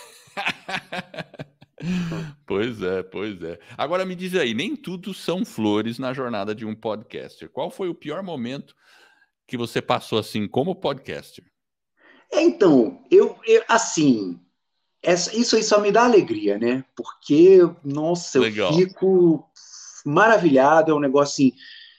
Pois é, pois é. Agora me diz aí, nem tudo são flores na jornada de um podcaster. Qual foi o pior momento que você passou assim como podcaster? É, então, eu, eu assim, essa, isso aí só me dá alegria, né? Porque, nossa, eu Legal. fico maravilhado, é um negócio assim.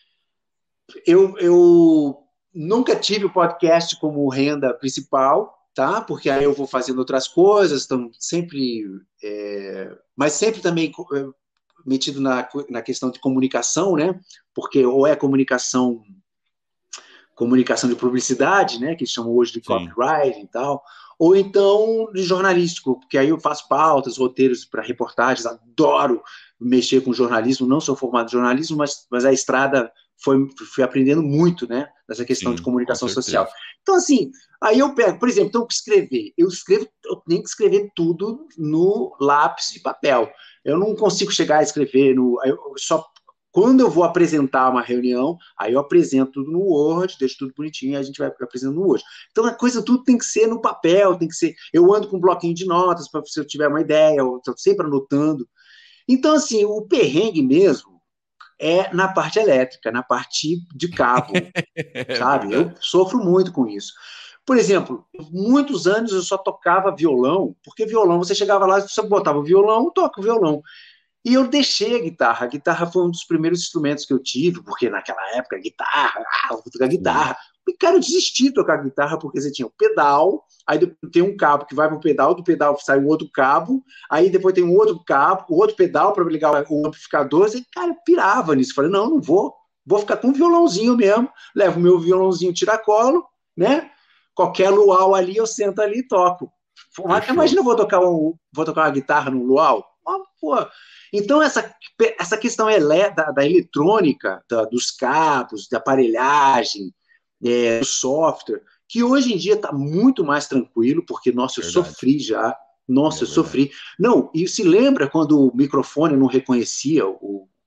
Eu, eu nunca tive o podcast como renda principal, tá? Porque aí eu vou fazendo outras coisas, então sempre. É, mas sempre também é, metido na, na questão de comunicação, né? Porque ou é comunicação comunicação de publicidade, né, que chamam hoje de Sim, copywriting e tal, ou então de jornalístico, porque aí eu faço pautas, roteiros para reportagens, adoro mexer com jornalismo, não sou formado em jornalismo, mas, mas a estrada foi, fui aprendendo muito, né, nessa questão de sim, com comunicação social. certeza. Então, assim, aí eu pego, por exemplo, então escrever, eu escrevo, eu tenho que escrever tudo no lápis e papel. Eu não consigo chegar a escrever no, eu só quando eu vou apresentar uma reunião, aí eu apresento tudo no Word, deixo tudo bonitinho, e a gente vai apresentando no Word. Então a coisa tudo tem que ser no papel, tem que ser. Eu ando com um bloquinho de notas para se eu tiver uma ideia, eu estou sempre anotando. Então, assim, o perrengue mesmo é na parte elétrica, na parte de cabo, É sabe? Eu verdade. sofro muito com isso. Por exemplo, muitos anos eu só tocava violão, porque violão, você chegava lá, você botava o violão, toca o violão. E eu deixei a guitarra. A guitarra foi um dos primeiros instrumentos que eu tive, porque naquela época, guitarra, ah, vou tocar Sim, guitarra. E, cara, eu desisti de tocar guitarra porque você tinha o pedal, aí tem um cabo que vai para o pedal, do pedal sai um outro cabo, aí depois tem um outro cabo, o outro pedal para ligar o amplificador. E, cara, eu pirava nisso. Falei, não, não vou. Vou ficar com um violãozinho mesmo. Levo meu violãozinho tiracolo, né? Qualquer luau ali, eu sento ali e toco. fechou. Imagina eu vou tocar, um, vou tocar uma guitarra no luau. Oh, pô, então, essa, essa questão ele, da, da eletrônica, da, dos cabos, da aparelhagem, é, do software, que hoje em dia está muito mais tranquilo, porque, nossa, eu Verdade. sofri já, nossa, É eu verdade. sofri. Não, e se lembra quando o microfone não reconhecia o,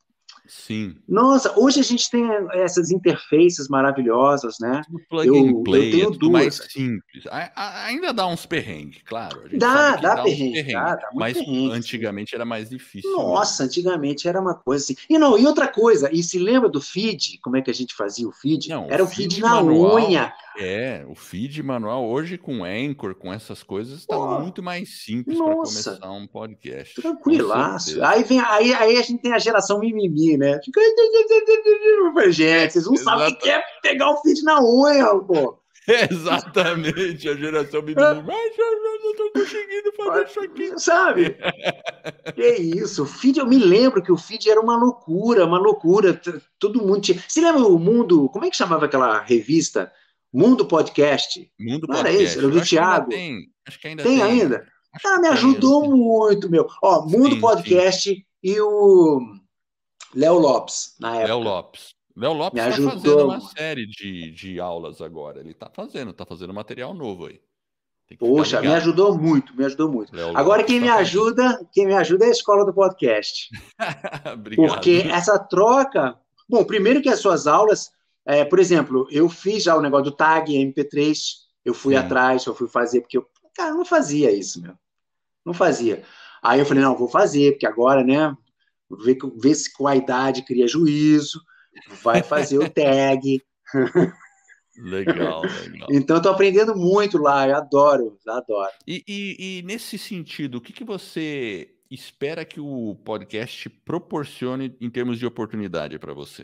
Sim. Nossa, hoje a gente tem essas interfaces maravilhosas, né? Tudo plug Eu, and eu play, é tenho tudo mais duas. simples. A- a- ainda dá uns perrengues, claro. A gente sabe Dá, que dá dá uns perrengue, perrengues, dá, dá muito mas perrengue, sim. antigamente era mais difícil Nossa, mesmo. antigamente era uma coisa assim. E não, e outra coisa, e se lembra do feed? Como é que a gente fazia o feed? Não, o Era o feed feed na manual unha. é, o feed manual hoje com Anchor, com essas coisas, está Pô, muito mais simples para nossa, começar um podcast, com tranquilaço. certeza. Aí vem, aí, aí a gente tem a geração mimimi, né? Fica, gente, vocês não sabem o que Exata- é pegar o feed na unha, pô. Exatamente, a geração mimimi. Mas eu não estou conseguindo fazer isso aqui. Sabe? Que isso, o feed, eu me lembro que o feed era uma loucura, uma loucura. t- Todo mundo tinha. Você lembra o Mundo? Como é que chamava aquela revista? Mundo Podcast. Mundo Não era isso? Era Podcast. Eu do acho que ainda Thiago. tem. Acho que ainda Tem tem. ainda? Acho Ah, que me tem. Eu não ajudou tenho. muito, meu. Ó, Mundo Sim, sim. Podcast e o Léo Lopes, na Léo época. Lopes. Léo Me Lopes está fazendo uma ajudou. série de, de aulas agora. Ele está fazendo, está fazendo material novo aí. Tem que ficar Poxa, me ligado. ajudou muito, me ajudou muito. Léo Agora Lopes quem me está fazendo. ajuda, quem me ajuda é a escola do podcast. Porque Obrigado. essa troca. Bom, primeiro que as suas aulas, é, por exemplo, eu fiz já o negócio do tag M P três, eu fui Sim. atrás, eu fui fazer, porque eu, cara, eu não fazia isso, meu. Não fazia. Aí eu falei, não, vou fazer, porque agora, né, ver, ver se com a idade cria juízo, vai fazer o tag. Legal, legal. Então, eu tô aprendendo muito lá, eu adoro, adoro. E, e- e nesse sentido, o que, que você espera que o podcast proporcione em termos de oportunidade para você?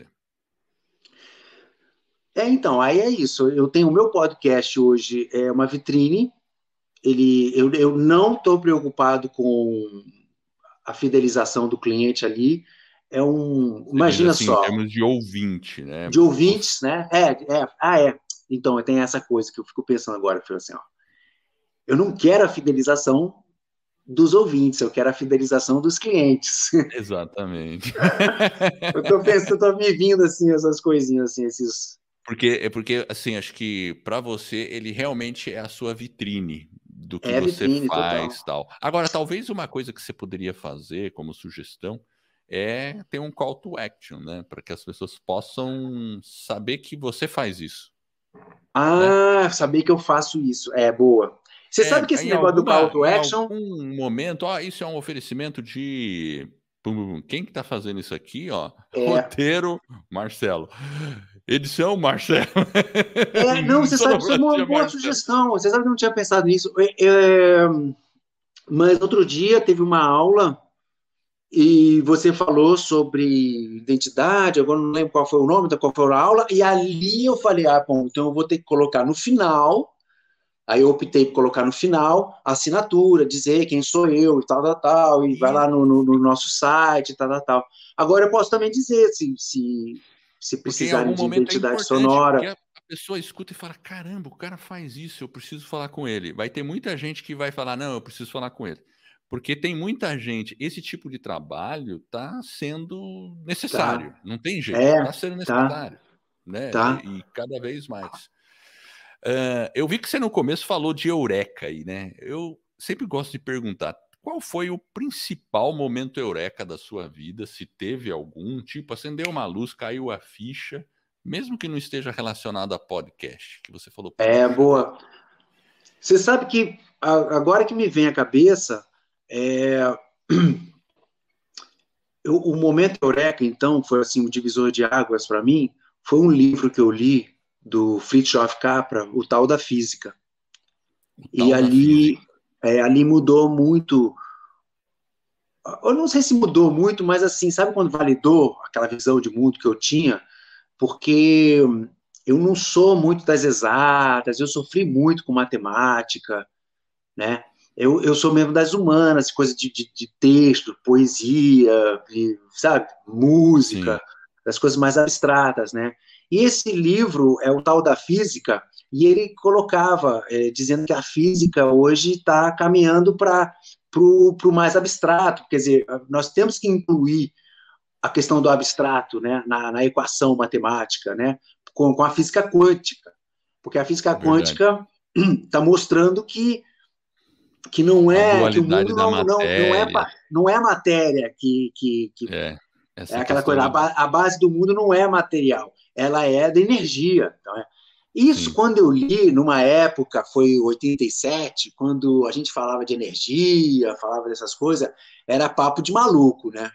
É, então, aí é isso. Eu tenho o meu podcast hoje, é uma vitrine. Ele, eu, eu não estou preocupado com a fidelização do cliente ali. É um, Você diz imagina assim, em só, termos de ouvinte, né? de Você- ouvintes, né? É, é, ah, é. Então, tem essa coisa que eu fico pensando agora, foi assim, ó. Eu não quero a fidelização dos ouvintes, eu quero a fidelização dos clientes. Exatamente. Eu estou pensando, estou me vindo assim essas coisinhas assim, esses. Porque é porque assim, acho que para você ele realmente é a sua vitrine do que É você vitrine total. faz, tal. Agora, talvez uma coisa que você poderia fazer como sugestão é ter um call to action, né, para que as pessoas possam saber que você faz isso, né? Ah, saber que eu faço isso. É boa. Você sabe que É, esse em negócio do call alguma to em action algum momento, ó, isso é um oferecimento de pum, quem que tá fazendo isso aqui, ó? é. Roteiro, Marcelo. Edição, Marcelo. É, não, você sabe, isso é uma Sonoplastia, boa Marcelo. sugestão. Você sabe que eu não tinha pensado nisso. É, é, mas outro dia teve uma aula e você falou sobre identidade, agora não lembro qual foi o nome da qual foi a aula, e ali eu falei, ah, bom, então eu vou ter que colocar no final, aí eu optei por colocar no final a assinatura, dizer quem sou eu e tal, tal, tal, e vai lá no, no, no nosso site, tal, tal, tal. Agora eu posso também dizer se, se, se Porque em precisarem algum de momento é identidade importante, porque sonora. a a pessoa escuta e fala: "Caramba, o cara faz isso, eu preciso falar com ele". Vai ter muita gente que vai falar: "Não, eu preciso falar com ele". Porque tem muita gente, esse tipo de trabalho está sendo necessário, Tá, não tem jeito, é, está sendo tá, necessário, né, tá. e e cada vez mais. Hã, eu vi que você no começo falou de eureka aí, né. Eu sempre gosto de perguntar, qual foi o principal momento eureka da sua vida, se teve algum, tipo, acendeu uma luz, caiu a ficha, mesmo que não esteja relacionado a podcast, que você falou: É, "Puxa vida". boa. Você sabe que a- agora que me vem à cabeça, é, eu- o momento eureka, então, foi assim, um divisor de águas para mim, foi um livro que eu li do Fritjof Capra, O Tal da Física. O E tal da ali, física. é, ali mudou muito. Eu não sei se mudou muito, mas assim, sabe quando validou aquela visão de mundo que eu tinha? Porque eu não sou muito das exatas, eu sofri muito com matemática, né? Eu, eu sou mesmo das humanas, coisa de, de, de texto, poesia, de, sabe, Sim, música, das coisas mais abstratas, né? E esse livro é o tal da física, e ele colocava, é, dizendo que a física hoje está caminhando para o mais abstrato, quer dizer, nós temos que incluir a questão do abstrato, né, na, na equação matemática, né, com, com a física quântica, porque a física verdade. quântica está mostrando que que não A é que o dualidade mundo da não não não é matéria. não é a matéria que que, que É. É Essa aquela questão coisa, a, da... ba a base do mundo não é material, ela é da energia. Então, é. Isso, Sim. quando eu li, numa época, foi oitenta e sete, quando a gente falava de energia, falava dessas coisas, era papo de maluco, né?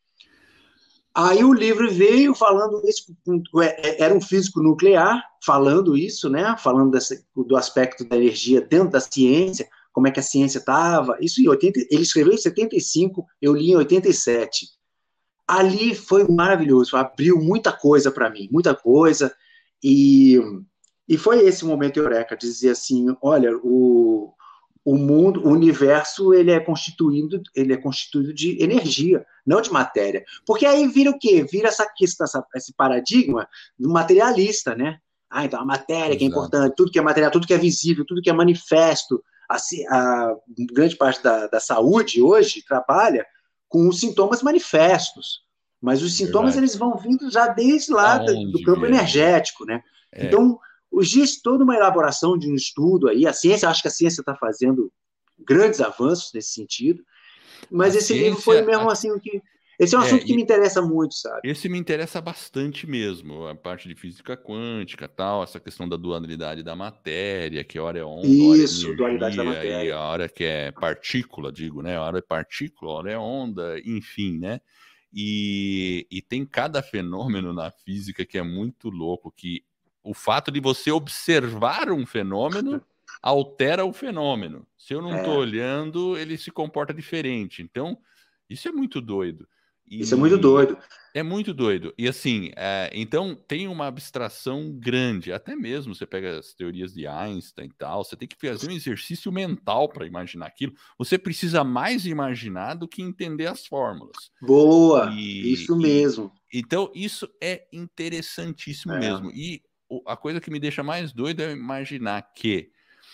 Aí o livro veio falando isso, era um físico nuclear falando isso, né? Falando desse, do aspecto da energia dentro da ciência, como é que a ciência estava. Isso em oitenta, ele escreveu em setenta e cinco, eu li em oitenta e sete. Ali foi maravilhoso, abriu muita coisa para mim, muita coisa, e, e foi esse momento eureka, dizer assim, olha, o, o mundo, o universo, ele é constituído, ele é constituído de energia, não de matéria. Porque aí vira o quê? Vira essa questão, essa, esse paradigma do materialista, né? Ah, então a matéria que é Exato. importante, tudo que é material, tudo que é visível, tudo que é manifesto. Assim, a grande parte da, da saúde hoje trabalha com os sintomas manifestos, mas os sintomas Verdade. eles vão vindo já desde lá do Aonde campo vier, né? energético, né? É. Então, existe toda uma elaboração de um estudo aí, a ciência, acho que a ciência está fazendo grandes avanços nesse sentido, A mas esse livro foi ciência... mesmo A... assim, o que, esse é um É, assunto que e me interessa muito, sabe? esse me interessa bastante mesmo, a parte de física quântica, tal, essa questão da dualidade da matéria, que a hora é onda, a hora é Isso, dualidade da energia, e matéria. a hora que é partícula, digo, né? A hora é partícula, a hora é onda, enfim, né? E, e tem cada fenômeno na física que é muito louco, que o fato de você observar um fenômeno altera o fenômeno. Se eu não estou É, olhando, ele se comporta diferente. Então, isso é muito doido. isso é muito E doido. é muito doido. E assim, é, então tem uma abstração grande. Até mesmo você pega as teorias de Einstein e tal, você tem que fazer um exercício mental para imaginar aquilo. Você precisa mais imaginar do que entender as fórmulas. Boa, E, isso e mesmo. então isso é interessantíssimo É. mesmo. E o, a coisa que me deixa mais doido é imaginar que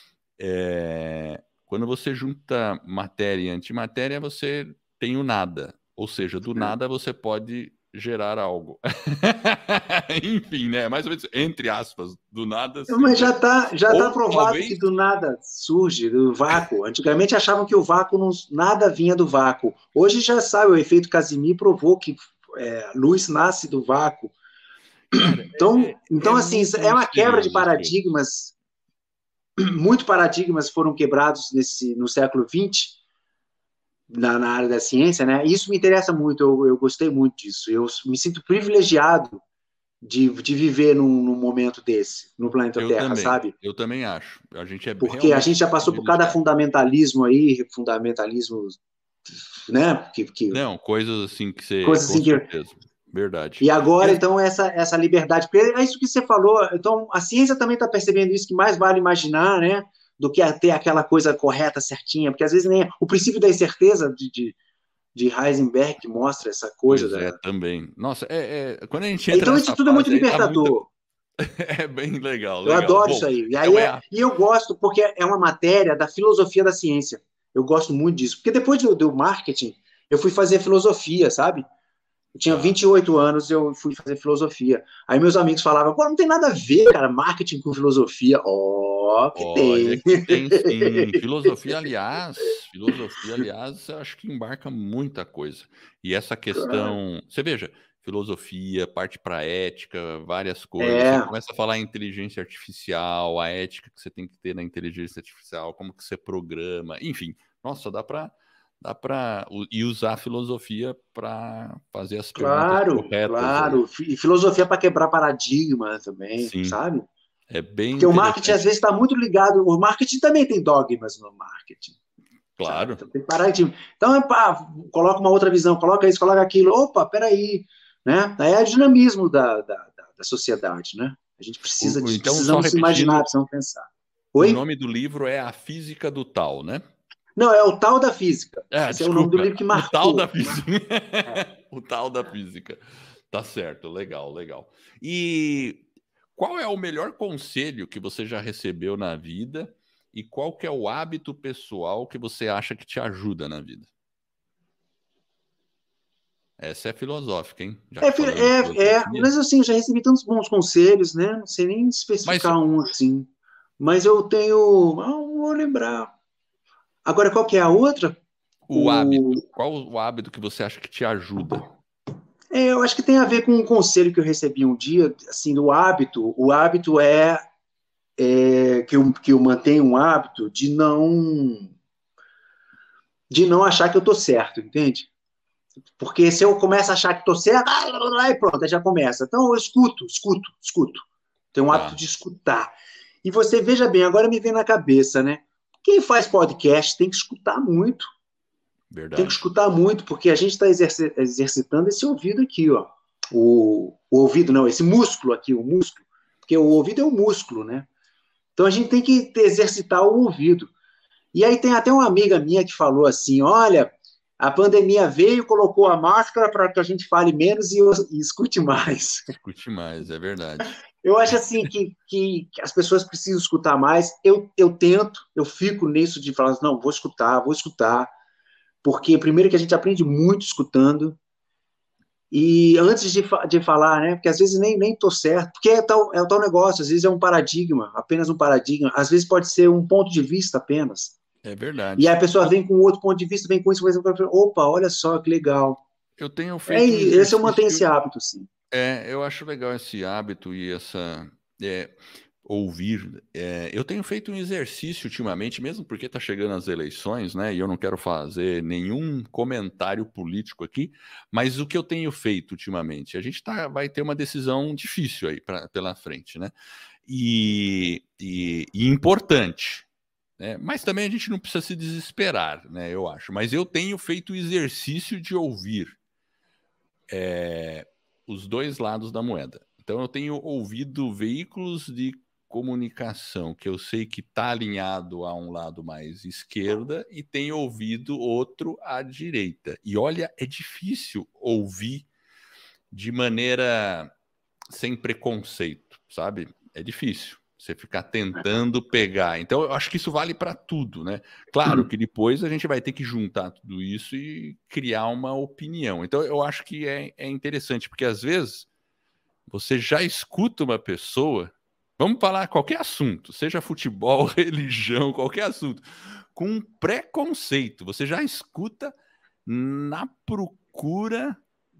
é, quando você junta matéria e antimatéria, você tem o nada. Ou seja, do nada você pode gerar algo. Enfim, né? Mais ou menos, entre aspas, do nada Mas seria. já está já tá Ou provado talvez. que do nada surge, do vácuo. Antigamente achavam que o vácuo não, nada vinha do vácuo. Hoje já sabe, o efeito Casimir provou que é, luz nasce do vácuo. Cara, é, Então, é, é então, assim, muito é uma quebra de misterioso as coisas. paradigmas. Muitos paradigmas foram quebrados nesse, no século vinte, na, na área da ciência, né? Isso me interessa muito, eu, eu gostei muito disso. Eu me sinto privilegiado de, de viver num, num momento desse, no planeta Eu Terra, também, sabe? eu também acho. A gente é Porque a realmente gente já passou por cada privilegiado. fundamentalismo aí, fundamentalismo, né? Que, que, Não, coisas assim que você. coisas Com assim que. certeza. Verdade. E E agora, as- então, essa, essa liberdade. Porque é isso que você falou. Então, a ciência também está percebendo isso, que mais vale imaginar, né? Do que ter aquela coisa correta, certinha. Porque às vezes nem. O princípio da incerteza de, de, de Heisenberg que mostra essa coisa Pois é, da. também. Nossa, é, é, quando a gente entra Então, isso nessa tudo é muito fase aí, tá muito. libertador. É bem legal, Eu legal. adoro Bom, isso aí. E aí então é é, a. e eu gosto porque é uma matéria da filosofia da ciência. Eu gosto muito disso. Porque depois do, do marketing, eu fui fazer filosofia, sabe? Eu tinha Tá. vinte e oito anos, eu fui fazer filosofia. Aí meus amigos falavam, pô, não tem nada a ver, cara, marketing com filosofia. Ó, oh, que Olha tem. que tem sim. Filosofia, aliás, filosofia, aliás, eu acho que embarca muita coisa. E essa questão, você veja, filosofia, parte para ética, várias coisas. Você É, começa a falar em inteligência artificial, a ética que você tem que ter na inteligência artificial, como que você programa, enfim. Nossa, dá para dá para e usar a filosofia para fazer as perguntas claro, corretas aí. claro. E filosofia para quebrar paradigma também, Sim, sabe? é bem Porque o marketing às interessante. vezes está muito ligado. O marketing também tem dogmas no marketing. Sabe? Claro. Então tem que parar de. Então, é, pá, coloca uma outra visão, coloca isso, coloca aquilo. Opa, peraí. Né? Aí é o dinamismo da, da, da, da sociedade, né? A gente precisa O- o- de, então, só precisamos imaginar, repetindo, precisamos pensar. o Oi? nome do livro é A Física do Tal, né? Não, é o tal da física. Ah, Esse é o nome do desculpa, livro que o tal da marcou. Que física. marcou. É. O tal da física. Tá certo, legal, legal. E qual é o melhor conselho que você já recebeu na vida e qual que é o hábito pessoal que você acha que te ajuda na vida? Essa é filosófica, hein? Já É, que fi- falou em é, é, filosofia. mas assim, eu já recebi tantos bons conselhos, né? Não sei nem Mas especificar um assim. Mas eu tenho. Ah, não vou lembrar. Agora, qual que é a outra? o O, hábito, qual o hábito que você acha que te ajuda? É, eu acho que tem a ver com um conselho que eu recebi um dia, assim, do hábito. O hábito é, é que, eu, que eu mantenho um hábito de não de não achar que eu tô certo, entende? Porque se eu começo a achar que tô certo, aí pronto, aí já começa. Então eu escuto, escuto, escuto. Tenho um hábito Tá, de escutar. E você, veja bem, agora me vem na cabeça, né? Quem faz podcast tem que escutar muito. Tem que verdade. escutar muito, porque a gente está exerc exercitando esse ouvido aqui, ó. O, o ouvido, não, esse músculo aqui, o músculo. Porque o ouvido é um músculo, né? Então a gente tem que exercitar o ouvido. E aí tem até uma amiga minha que falou assim: olha, a pandemia veio, colocou a máscara para que a gente fale menos e, e escute mais. Escute mais, é verdade. Eu acho assim que, que, que as pessoas precisam escutar mais. Eu, eu tento, eu fico nisso de falar, não, vou escutar, vou escutar. Porque primeiro que a gente aprende muito escutando. E antes de, de falar, né? Porque às vezes nem, nem tô certo, porque é, tal, é o tal negócio, às vezes é um paradigma, apenas um paradigma, às vezes pode ser um ponto de vista apenas. É E verdade. aí a pessoa vem com outro ponto de vista, vem com isso, vem com isso, opa, olha só que legal. Eu tenho É, feito um esse eu mantenho esse exercício. hábito, sim. É, eu acho legal esse hábito e essa é, ouvir. É, eu tenho feito um exercício ultimamente, mesmo porque está chegando as eleições, né? E eu não quero fazer nenhum comentário político aqui, mas o que eu tenho feito ultimamente, a gente tá, vai ter uma decisão difícil aí pra, pela frente, né? E, e, e importante. Né? Mas também a gente não precisa se desesperar, né? Eu acho. Mas eu tenho feito o exercício de ouvir. É, os dois lados da moeda. Então, eu tenho ouvido veículos de comunicação que eu sei que está alinhado a um lado mais esquerda e tenho ouvido outro à direita. E olha, é difícil ouvir de maneira sem preconceito, sabe? É difícil você ficar tentando pegar. Então, eu acho que isso vale para tudo, né? Claro que depois a gente vai ter que juntar tudo isso e criar uma opinião. Então, eu acho que é, é interessante, porque às vezes você já escuta uma pessoa, vamos falar qualquer assunto, seja futebol, religião, qualquer assunto, com um preconceito. Você já escuta na procura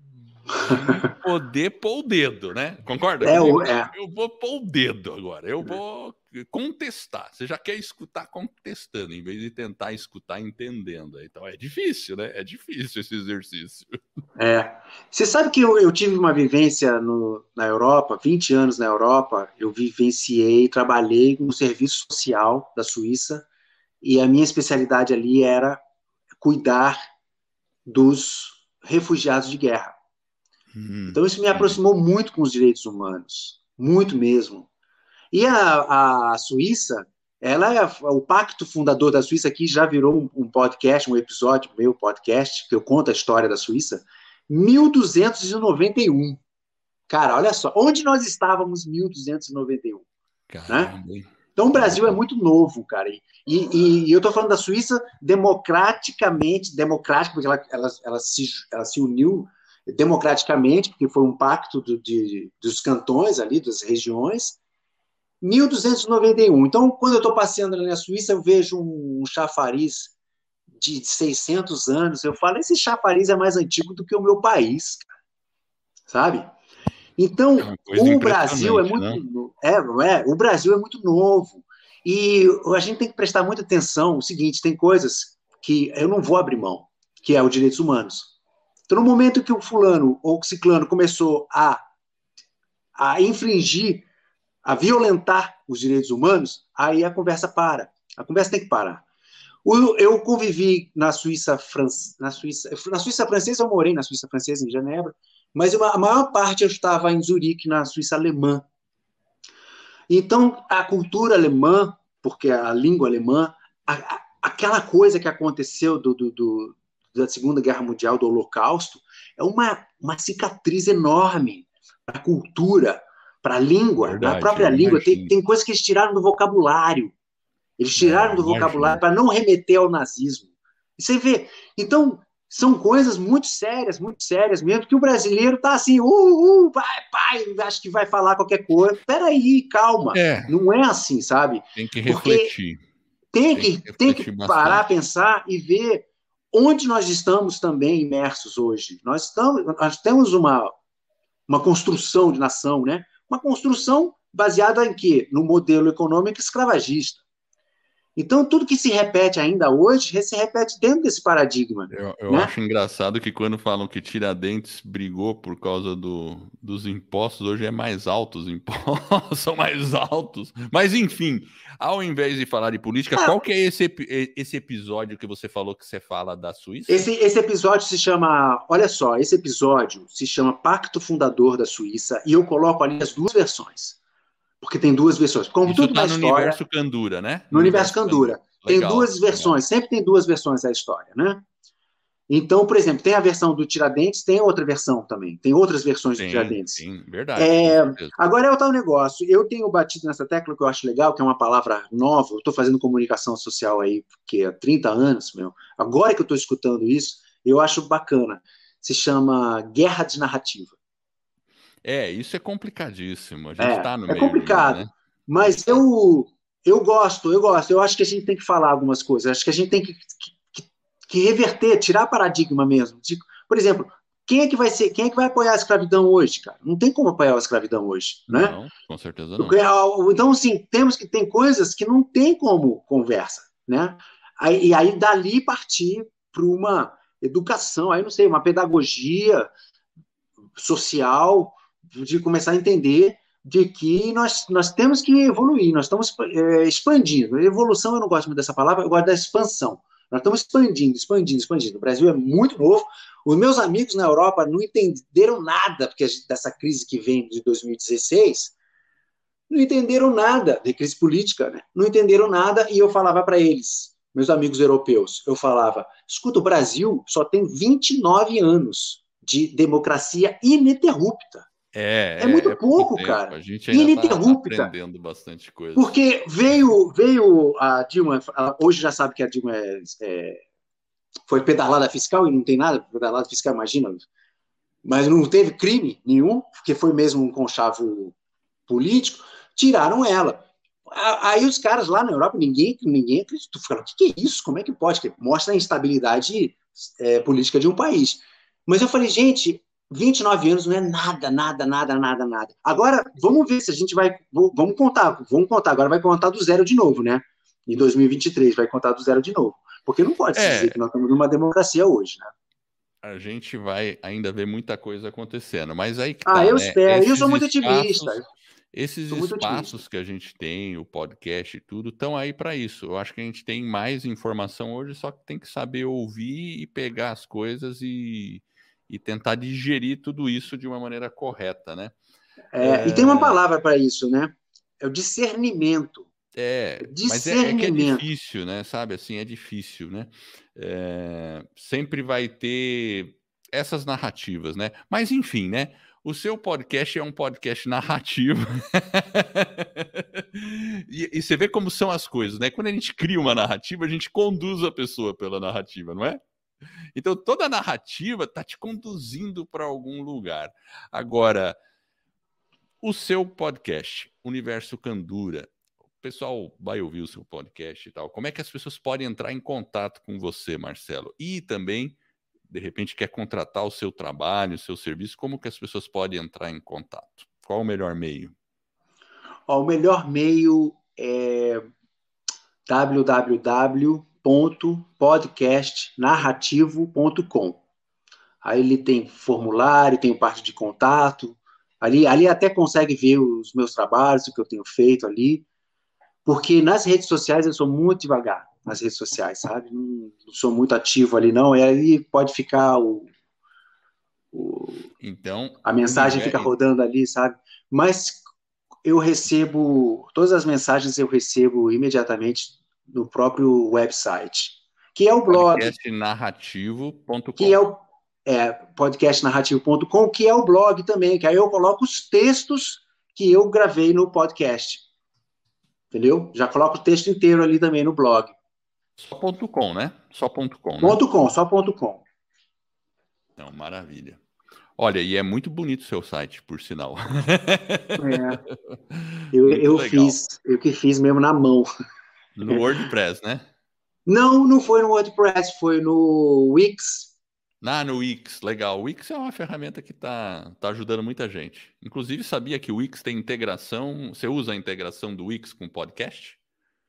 de poder pôr o dedo, né? Concorda É, comigo? o- Não, é, eu vou pôr o dedo agora, eu vou contestar. Você já quer escutar contestando, em vez de tentar escutar entendendo. Então é difícil, né? É difícil esse exercício. é. Você sabe que eu, eu tive uma vivência no, na Europa, vinte anos na Europa, eu vivenciei, trabalhei no serviço social da Suíça, e a minha especialidade ali era cuidar dos refugiados de guerra. Hum, Então, isso me entendi. aproximou muito com os direitos humanos, muito mesmo. E a, a Suíça, ela é o pacto fundador da Suíça, que já virou um, um podcast, um episódio meu podcast, que eu conto a história da Suíça, mil duzentos e noventa e um. Cara, olha só, onde nós estávamos em mil duzentos e noventa e um, né? Caramba, hein? Então, o É Brasil é verdade. muito novo, cara. E, e, e eu estou falando da Suíça democraticamente, democrática, porque ela, ela, ela, se, ela se uniu democraticamente, porque foi um pacto do, de, dos cantões ali, das regiões, mil duzentos e noventa e um. Então, quando eu estou passeando ali na Suíça, eu vejo um, um chafariz de seiscentos anos, eu falo, esse chafariz é mais antigo do que o meu país, sabe? É Então, uma coisa o Brasil é impressionante, muito, né? é, não é? O Brasil é muito novo. E a gente tem que prestar muita atenção. O seguinte, tem coisas que eu não vou abrir mão, que é os direitos humanos. Então, no momento que o fulano ou o ciclano começou a, a infringir, a violentar os direitos humanos, aí a conversa para. A conversa tem que parar. Eu convivi na Suíça, na Suíça, na Suíça francesa, eu morei na Suíça francesa, em Genebra, mas a maior parte eu estava em Zurique, na Suíça alemã. Então, a cultura alemã, porque a língua alemã, a, a, aquela coisa que aconteceu do, do, do, da Segunda Guerra Mundial, do Holocausto, é uma, uma cicatriz enorme para a cultura, para a língua. Na Verdade, própria eu língua, tem, imagino. tem coisas que eles tiraram do vocabulário. Eles É, tiraram eu do vocabulário imagino. para não remeter ao nazismo. E você vê. Então, são coisas muito sérias, muito sérias mesmo, que o brasileiro está assim, uh, uh, vai, pai, acho que vai falar qualquer coisa. Peraí, calma. É, Não é assim, sabe? tem que Porque refletir. tem Tem que que, tem que refletir parar, bastante. pensar e ver. onde nós estamos também imersos hoje? Nós, estamos, nós temos uma, uma construção de nação, né? Uma construção baseada em quê? No modelo econômico escravagista. Então, tudo que se repete ainda hoje, se repete dentro desse paradigma. Eu, eu né? acho engraçado que quando falam que Tiradentes brigou por causa do, dos impostos, hoje é mais altos os impostos, são mais altos. Mas, enfim, ao invés de falar de política, Ah, qual que é esse, esse episódio que você falou que você fala da Suíça? Esse, esse episódio se chama, olha só, esse episódio se chama Pacto Fundador da Suíça, e eu coloco ali as duas versões. Porque tem duas versões. Como Isso tudo tá na no história, universo Kandura, né? No universo Kandura. Tem Legal, duas versões, legal. sempre tem duas versões da história, né? Então, por exemplo, tem a versão do Tiradentes, tem outra versão também, tem outras versões Tem, do Tiradentes. Tem, verdade. É, agora é o tal negócio, eu tenho batido nessa tecla que eu acho legal, que é uma palavra nova, eu estou fazendo comunicação social aí porque há trinta anos, meu, agora que eu estou escutando isso, eu acho bacana, se chama guerra de narrativa. É, isso é complicadíssimo, a gente está é, no é meio complicado, disso, né? Mas eu, eu gosto, eu gosto, eu acho que a gente tem que falar algumas coisas, acho que a gente tem que, que, que reverter, tirar paradigma mesmo. De, por exemplo, quem é que vai ser, quem é que vai apoiar a escravidão hoje, cara? Não tem como apoiar a escravidão hoje, né? Não, com certeza não. Então, assim, temos que tem coisas que não tem como conversa, né? Aí, e aí dali partir para uma educação, aí não sei, uma pedagogia social, de começar a entender de que nós, nós temos que evoluir, nós estamos é, expandindo. Evolução, eu não gosto muito dessa palavra, eu gosto da expansão. Nós estamos expandindo, expandindo, expandindo. O Brasil é muito novo. Os meus amigos na Europa não entenderam nada porque dessa crise que vem de dois mil e dezesseis, não entenderam nada de crise política, né? Não entenderam nada, e eu falava para eles, meus amigos europeus, eu falava, escuta, o Brasil só tem vinte e nove anos de democracia ininterrupta. É, é muito é, pouco, tempo. cara. A gente ainda está aprendendo bastante coisa. Porque veio, veio a Dilma, hoje já sabe que a Dilma é, é, foi pedalada fiscal e não tem nada, pedalada fiscal, imagina, mas não teve crime nenhum, porque foi mesmo um conchavo político, tiraram ela. Aí os caras lá na Europa, ninguém, ninguém acreditou. Falaram, o que, que é isso? Como é que pode? Mostra a instabilidade é, política de um país. Mas eu falei, gente, vinte e nove anos não é nada, nada, nada, nada, nada. Agora, vamos ver se a gente vai... Vamos contar, vamos contar. Agora vai contar do zero de novo, né? Em dois mil e vinte e três vai contar do zero de novo. Porque não pode é, se dizer que nós estamos numa democracia hoje, né? A gente vai ainda ver muita coisa acontecendo. Mas aí que ah, tá, eu né? espero. Esses eu sou muito espaços, otimista. Esses espaços que a gente tem, o podcast e tudo, estão aí para isso. Eu acho que a gente tem mais informação hoje, só que tem que saber ouvir e pegar as coisas e, e tentar digerir tudo isso de uma maneira correta, né? É, é... E tem uma palavra para isso, né? É o discernimento. É, mas é, é que é difícil, né? Sabe, assim, é difícil, né? É, sempre vai ter essas narrativas, né? Mas, enfim, né? O seu podcast é um podcast narrativo. e, e você vê como são as coisas, né? Quando a gente cria uma narrativa, a gente conduz a pessoa pela narrativa, não é? Então, toda a narrativa está te conduzindo para algum lugar. Agora, o seu podcast, Universo Kandura, o pessoal vai ouvir o seu podcast e tal. Como é que as pessoas podem entrar em contato com você, Marcelo? E também, de repente, quer contratar o seu trabalho, o seu serviço, como que as pessoas podem entrar em contato? Qual o melhor meio? Ó, o melhor meio é w w w ponto podcast narrativo ponto com. Aí ele tem formulário, tem parte de contato. Ali, ali até consegue ver os meus trabalhos, o que eu tenho feito ali. Porque nas redes sociais eu sou muito devagar, nas redes sociais, sabe? Não, não sou muito ativo ali, não. E aí pode ficar o... o então, a mensagem fica rodando ali, sabe? Mas eu recebo... Todas as mensagens eu recebo imediatamente no próprio website, que é o blog. podcast narrativo ponto com. Que é o é, podcast narrativo ponto com, que é o blog também, que aí eu coloco os textos que eu gravei no podcast. Entendeu? Já coloco o texto inteiro ali também no blog. Só ponto .com, né? Só ponto .com, né? Ponto .com, só ponto .com. Então, maravilha. Olha, e é muito bonito o seu site, por sinal. É. Eu, eu fiz, eu que fiz mesmo na mão. No WordPress, né? Não, não foi no WordPress, foi no Wix. Ah, no Wix, legal. O Wix é uma ferramenta que está tá ajudando muita gente. Inclusive, sabia que o Wix tem integração... Você usa a integração do Wix com podcast?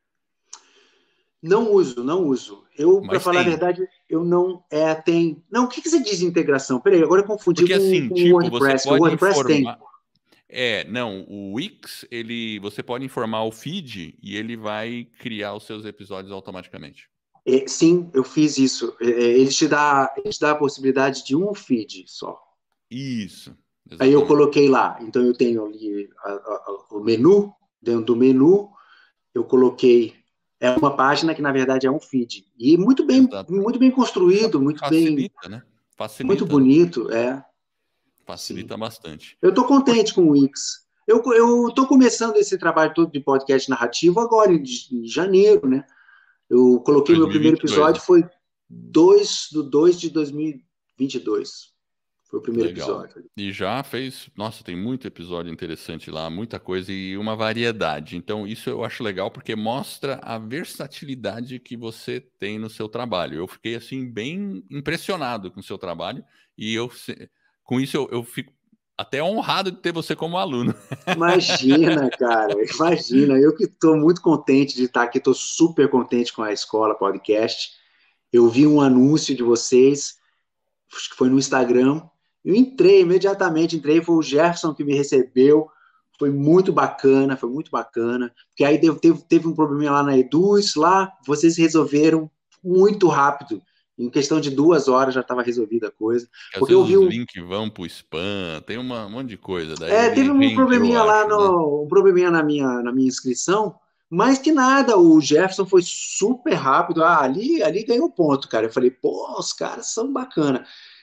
Não uso, não uso. Eu, para Mas falar a tem. verdade, eu não... É, tem... Não, o que, que você diz de integração? Peraí, agora eu confundi Porque com, assim, com o tipo, você WordPress. O pode WordPress tem. informar... É, não, o Wix, ele, você pode informar o feed e ele vai criar os seus episódios automaticamente. É, sim, eu fiz isso. É, ele, te dá, ele te dá a possibilidade de um feed só. Isso, Aí eu exatamente. coloquei lá. Então eu tenho ali a, a, o menu. Dentro do menu, eu coloquei... É uma página que, na verdade, é um feed. E muito bem, Exato. muito bem Fa- construído, muito bem... Facilita, né? Muito Facilita, né? bonito, é. Sim. Facilita bastante. Eu estou Por- contente com o Wix. Eu estou começando esse trabalho todo de podcast narrativo agora, em, em janeiro, né? Eu coloquei meu primeiro dois mil e vinte e dois, episódio, né? foi dois do dois de dois mil e vinte e dois. Foi o primeiro Legal. episódio. E já fez, nossa, tem muito episódio interessante lá, muita coisa e uma variedade. Então, isso eu acho legal porque mostra a versatilidade que você tem no seu trabalho. Eu fiquei, assim, bem impressionado com o seu trabalho e eu, se- com isso eu, eu fico até honrado de ter você como aluno. Imagina, cara, imagina. Eu que estou muito contente de estar aqui, estou super contente com a Escola Podcast. Eu vi um anúncio de vocês, acho que foi no Instagram. Eu entrei imediatamente, entrei, foi o Jefferson que me recebeu, foi muito bacana, foi muito bacana, porque aí teve, teve um probleminha lá na Eduz, lá vocês resolveram muito rápido, em questão de duas horas já estava resolvida a coisa, Que às porque eu vezes vi os um, links vão pro spam, tem uma- um monte de coisa. Daí é, ele teve um reenviou, probleminha lá, acho, né? no, um probleminha na minha, na minha inscrição, mas que nada, o Jefferson foi super rápido, ah, ali, ali ganhou ponto, cara, eu falei, pô, os caras são bacana.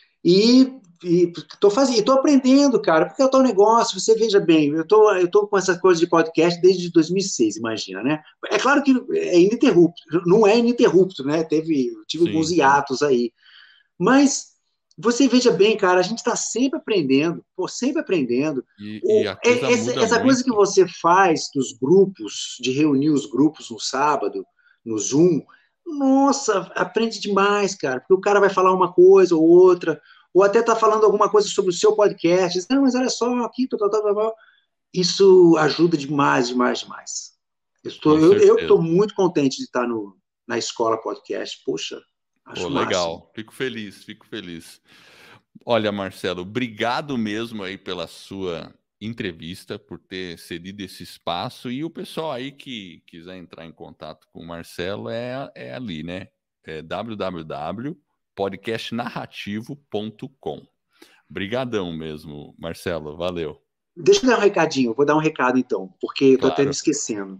E estou fazendo, estou aprendendo, cara, porque é o tal negócio, você veja bem, eu tô, eu tô com essa coisa de podcast desde dois mil e seis, imagina, né? É claro que é ininterrupto, não é ininterrupto, né? Teve, tive alguns Sim, sim. hiatos aí, mas você veja bem, cara, a gente está sempre aprendendo, pô, sempre aprendendo. E, e O, a coisa essa, muda essa coisa que muito. você faz dos grupos, de reunir os grupos no sábado, no Zoom, nossa, aprende demais, cara, porque o cara vai falar uma coisa ou outra, ou até tá falando alguma coisa sobre o seu podcast, diz, não, mas olha só, aqui, tal, tal, tal, tal. Isso ajuda demais, demais, demais. Eu estou, Com eu, eu certeza. estou muito contente de estar no, na escola podcast, poxa, Pô, acho o máximo. legal. Fico feliz, fico feliz. Olha, Marcelo, obrigado mesmo aí pela sua entrevista, por ter cedido esse espaço. E o pessoal aí que quiser entrar em contato com o Marcelo é, é ali, né? É w w w ponto podcast narrativo ponto com. Brigadão mesmo, Marcelo. Valeu. Deixa eu dar um recadinho, vou dar um recado então, porque eu estou até me Claro. esquecendo.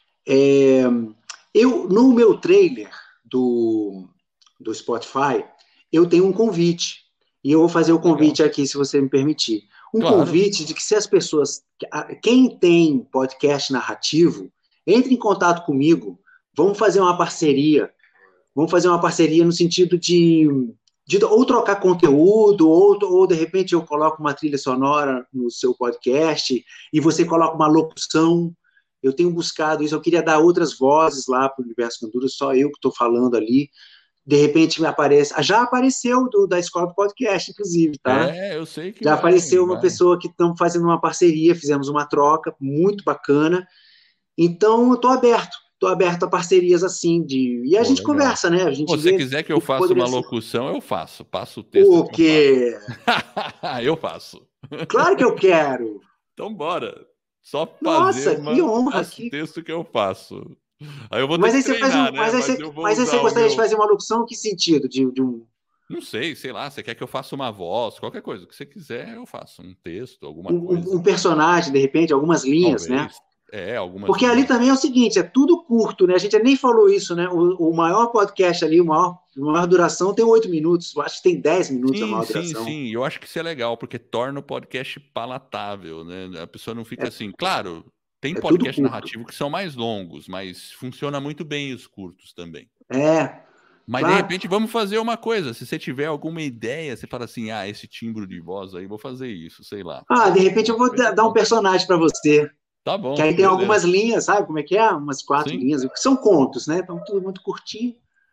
É, eu, no meu trailer do, do Spotify, eu tenho um convite. E eu vou fazer o convite Legal. aqui, se você me permitir. Um Claro. convite de que se as pessoas, quem tem podcast narrativo, entre em contato comigo, vamos fazer uma parceria. Vamos fazer uma parceria no sentido de, de ou trocar conteúdo, ou, ou de repente eu coloco uma trilha sonora no seu podcast e você coloca uma locução. Eu tenho buscado isso, eu queria dar outras vozes lá para o Universo Candura, só eu que estou falando ali. De repente me aparece, já apareceu do, da Escola do Podcast, inclusive, tá? É, eu sei que Já vai, apareceu uma vai. pessoa que estamos fazendo uma parceria, fizemos uma troca muito bacana. Então, eu estou aberto, estou aberto a parcerias assim, de... e a Pô, gente legal. conversa, né? A gente Se você vê quiser que eu o que faça poderia uma ser. locução, eu faço. Passo o texto O que eu quê? faço. Eu faço. Claro que eu quero. Então, bora. Só fazer Nossa, que uma. honra. Faço o Que... texto que eu faço. Aí eu vou ter Mas que aí você faz treinar, um, né? mas aí Mas você, eu vou mas aí você usar o gostaria de meu. fazer uma locução em que sentido? De, de um... Não sei, sei lá. Você quer que eu faça uma voz, qualquer coisa. O que você quiser, eu faço. Um texto, alguma coisa. Um, um personagem, de repente, algumas linhas, né? Talvez. É, algumas Porque ali linhas. também é o seguinte, é tudo curto, né? A gente nem falou isso, né? O, o maior podcast ali, o maior, a maior duração tem oito minutos. Eu acho que tem dez minutos a Sim, maior sim, duração. sim. Eu acho que isso é legal, porque torna o podcast palatável, né? A pessoa não fica É, assim. Claro, tem é tudo podcast curto. narrativo que são mais longos, mas funciona muito bem os curtos também. É. Mas Claro. de repente vamos fazer uma coisa. Se você tiver alguma ideia, você fala assim: ah, esse timbre de voz aí, vou fazer isso, sei lá. Ah, de repente eu vou dar dar um personagem para você. Tá bom. Que aí tem beleza. algumas linhas, sabe como é que é? Umas quatro Sim. linhas, que são contos, né? Então tudo muito curtinho.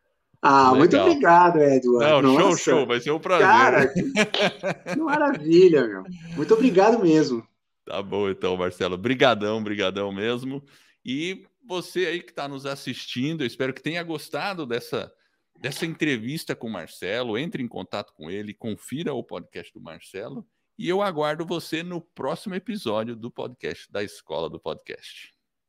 Ah, Legal. muito obrigado, Edward. Não, Nossa, show, show, vai ser um prazer. cara, que, que maravilha, meu. Muito obrigado mesmo. Tá bom, então, Marcelo. Brigadão, brigadão mesmo. E você aí que está nos assistindo, eu espero que tenha gostado dessa, dessa entrevista com o Marcelo. Entre em contato com ele, confira o podcast do Marcelo. E eu aguardo você no próximo episódio do podcast da Escola do Podcast.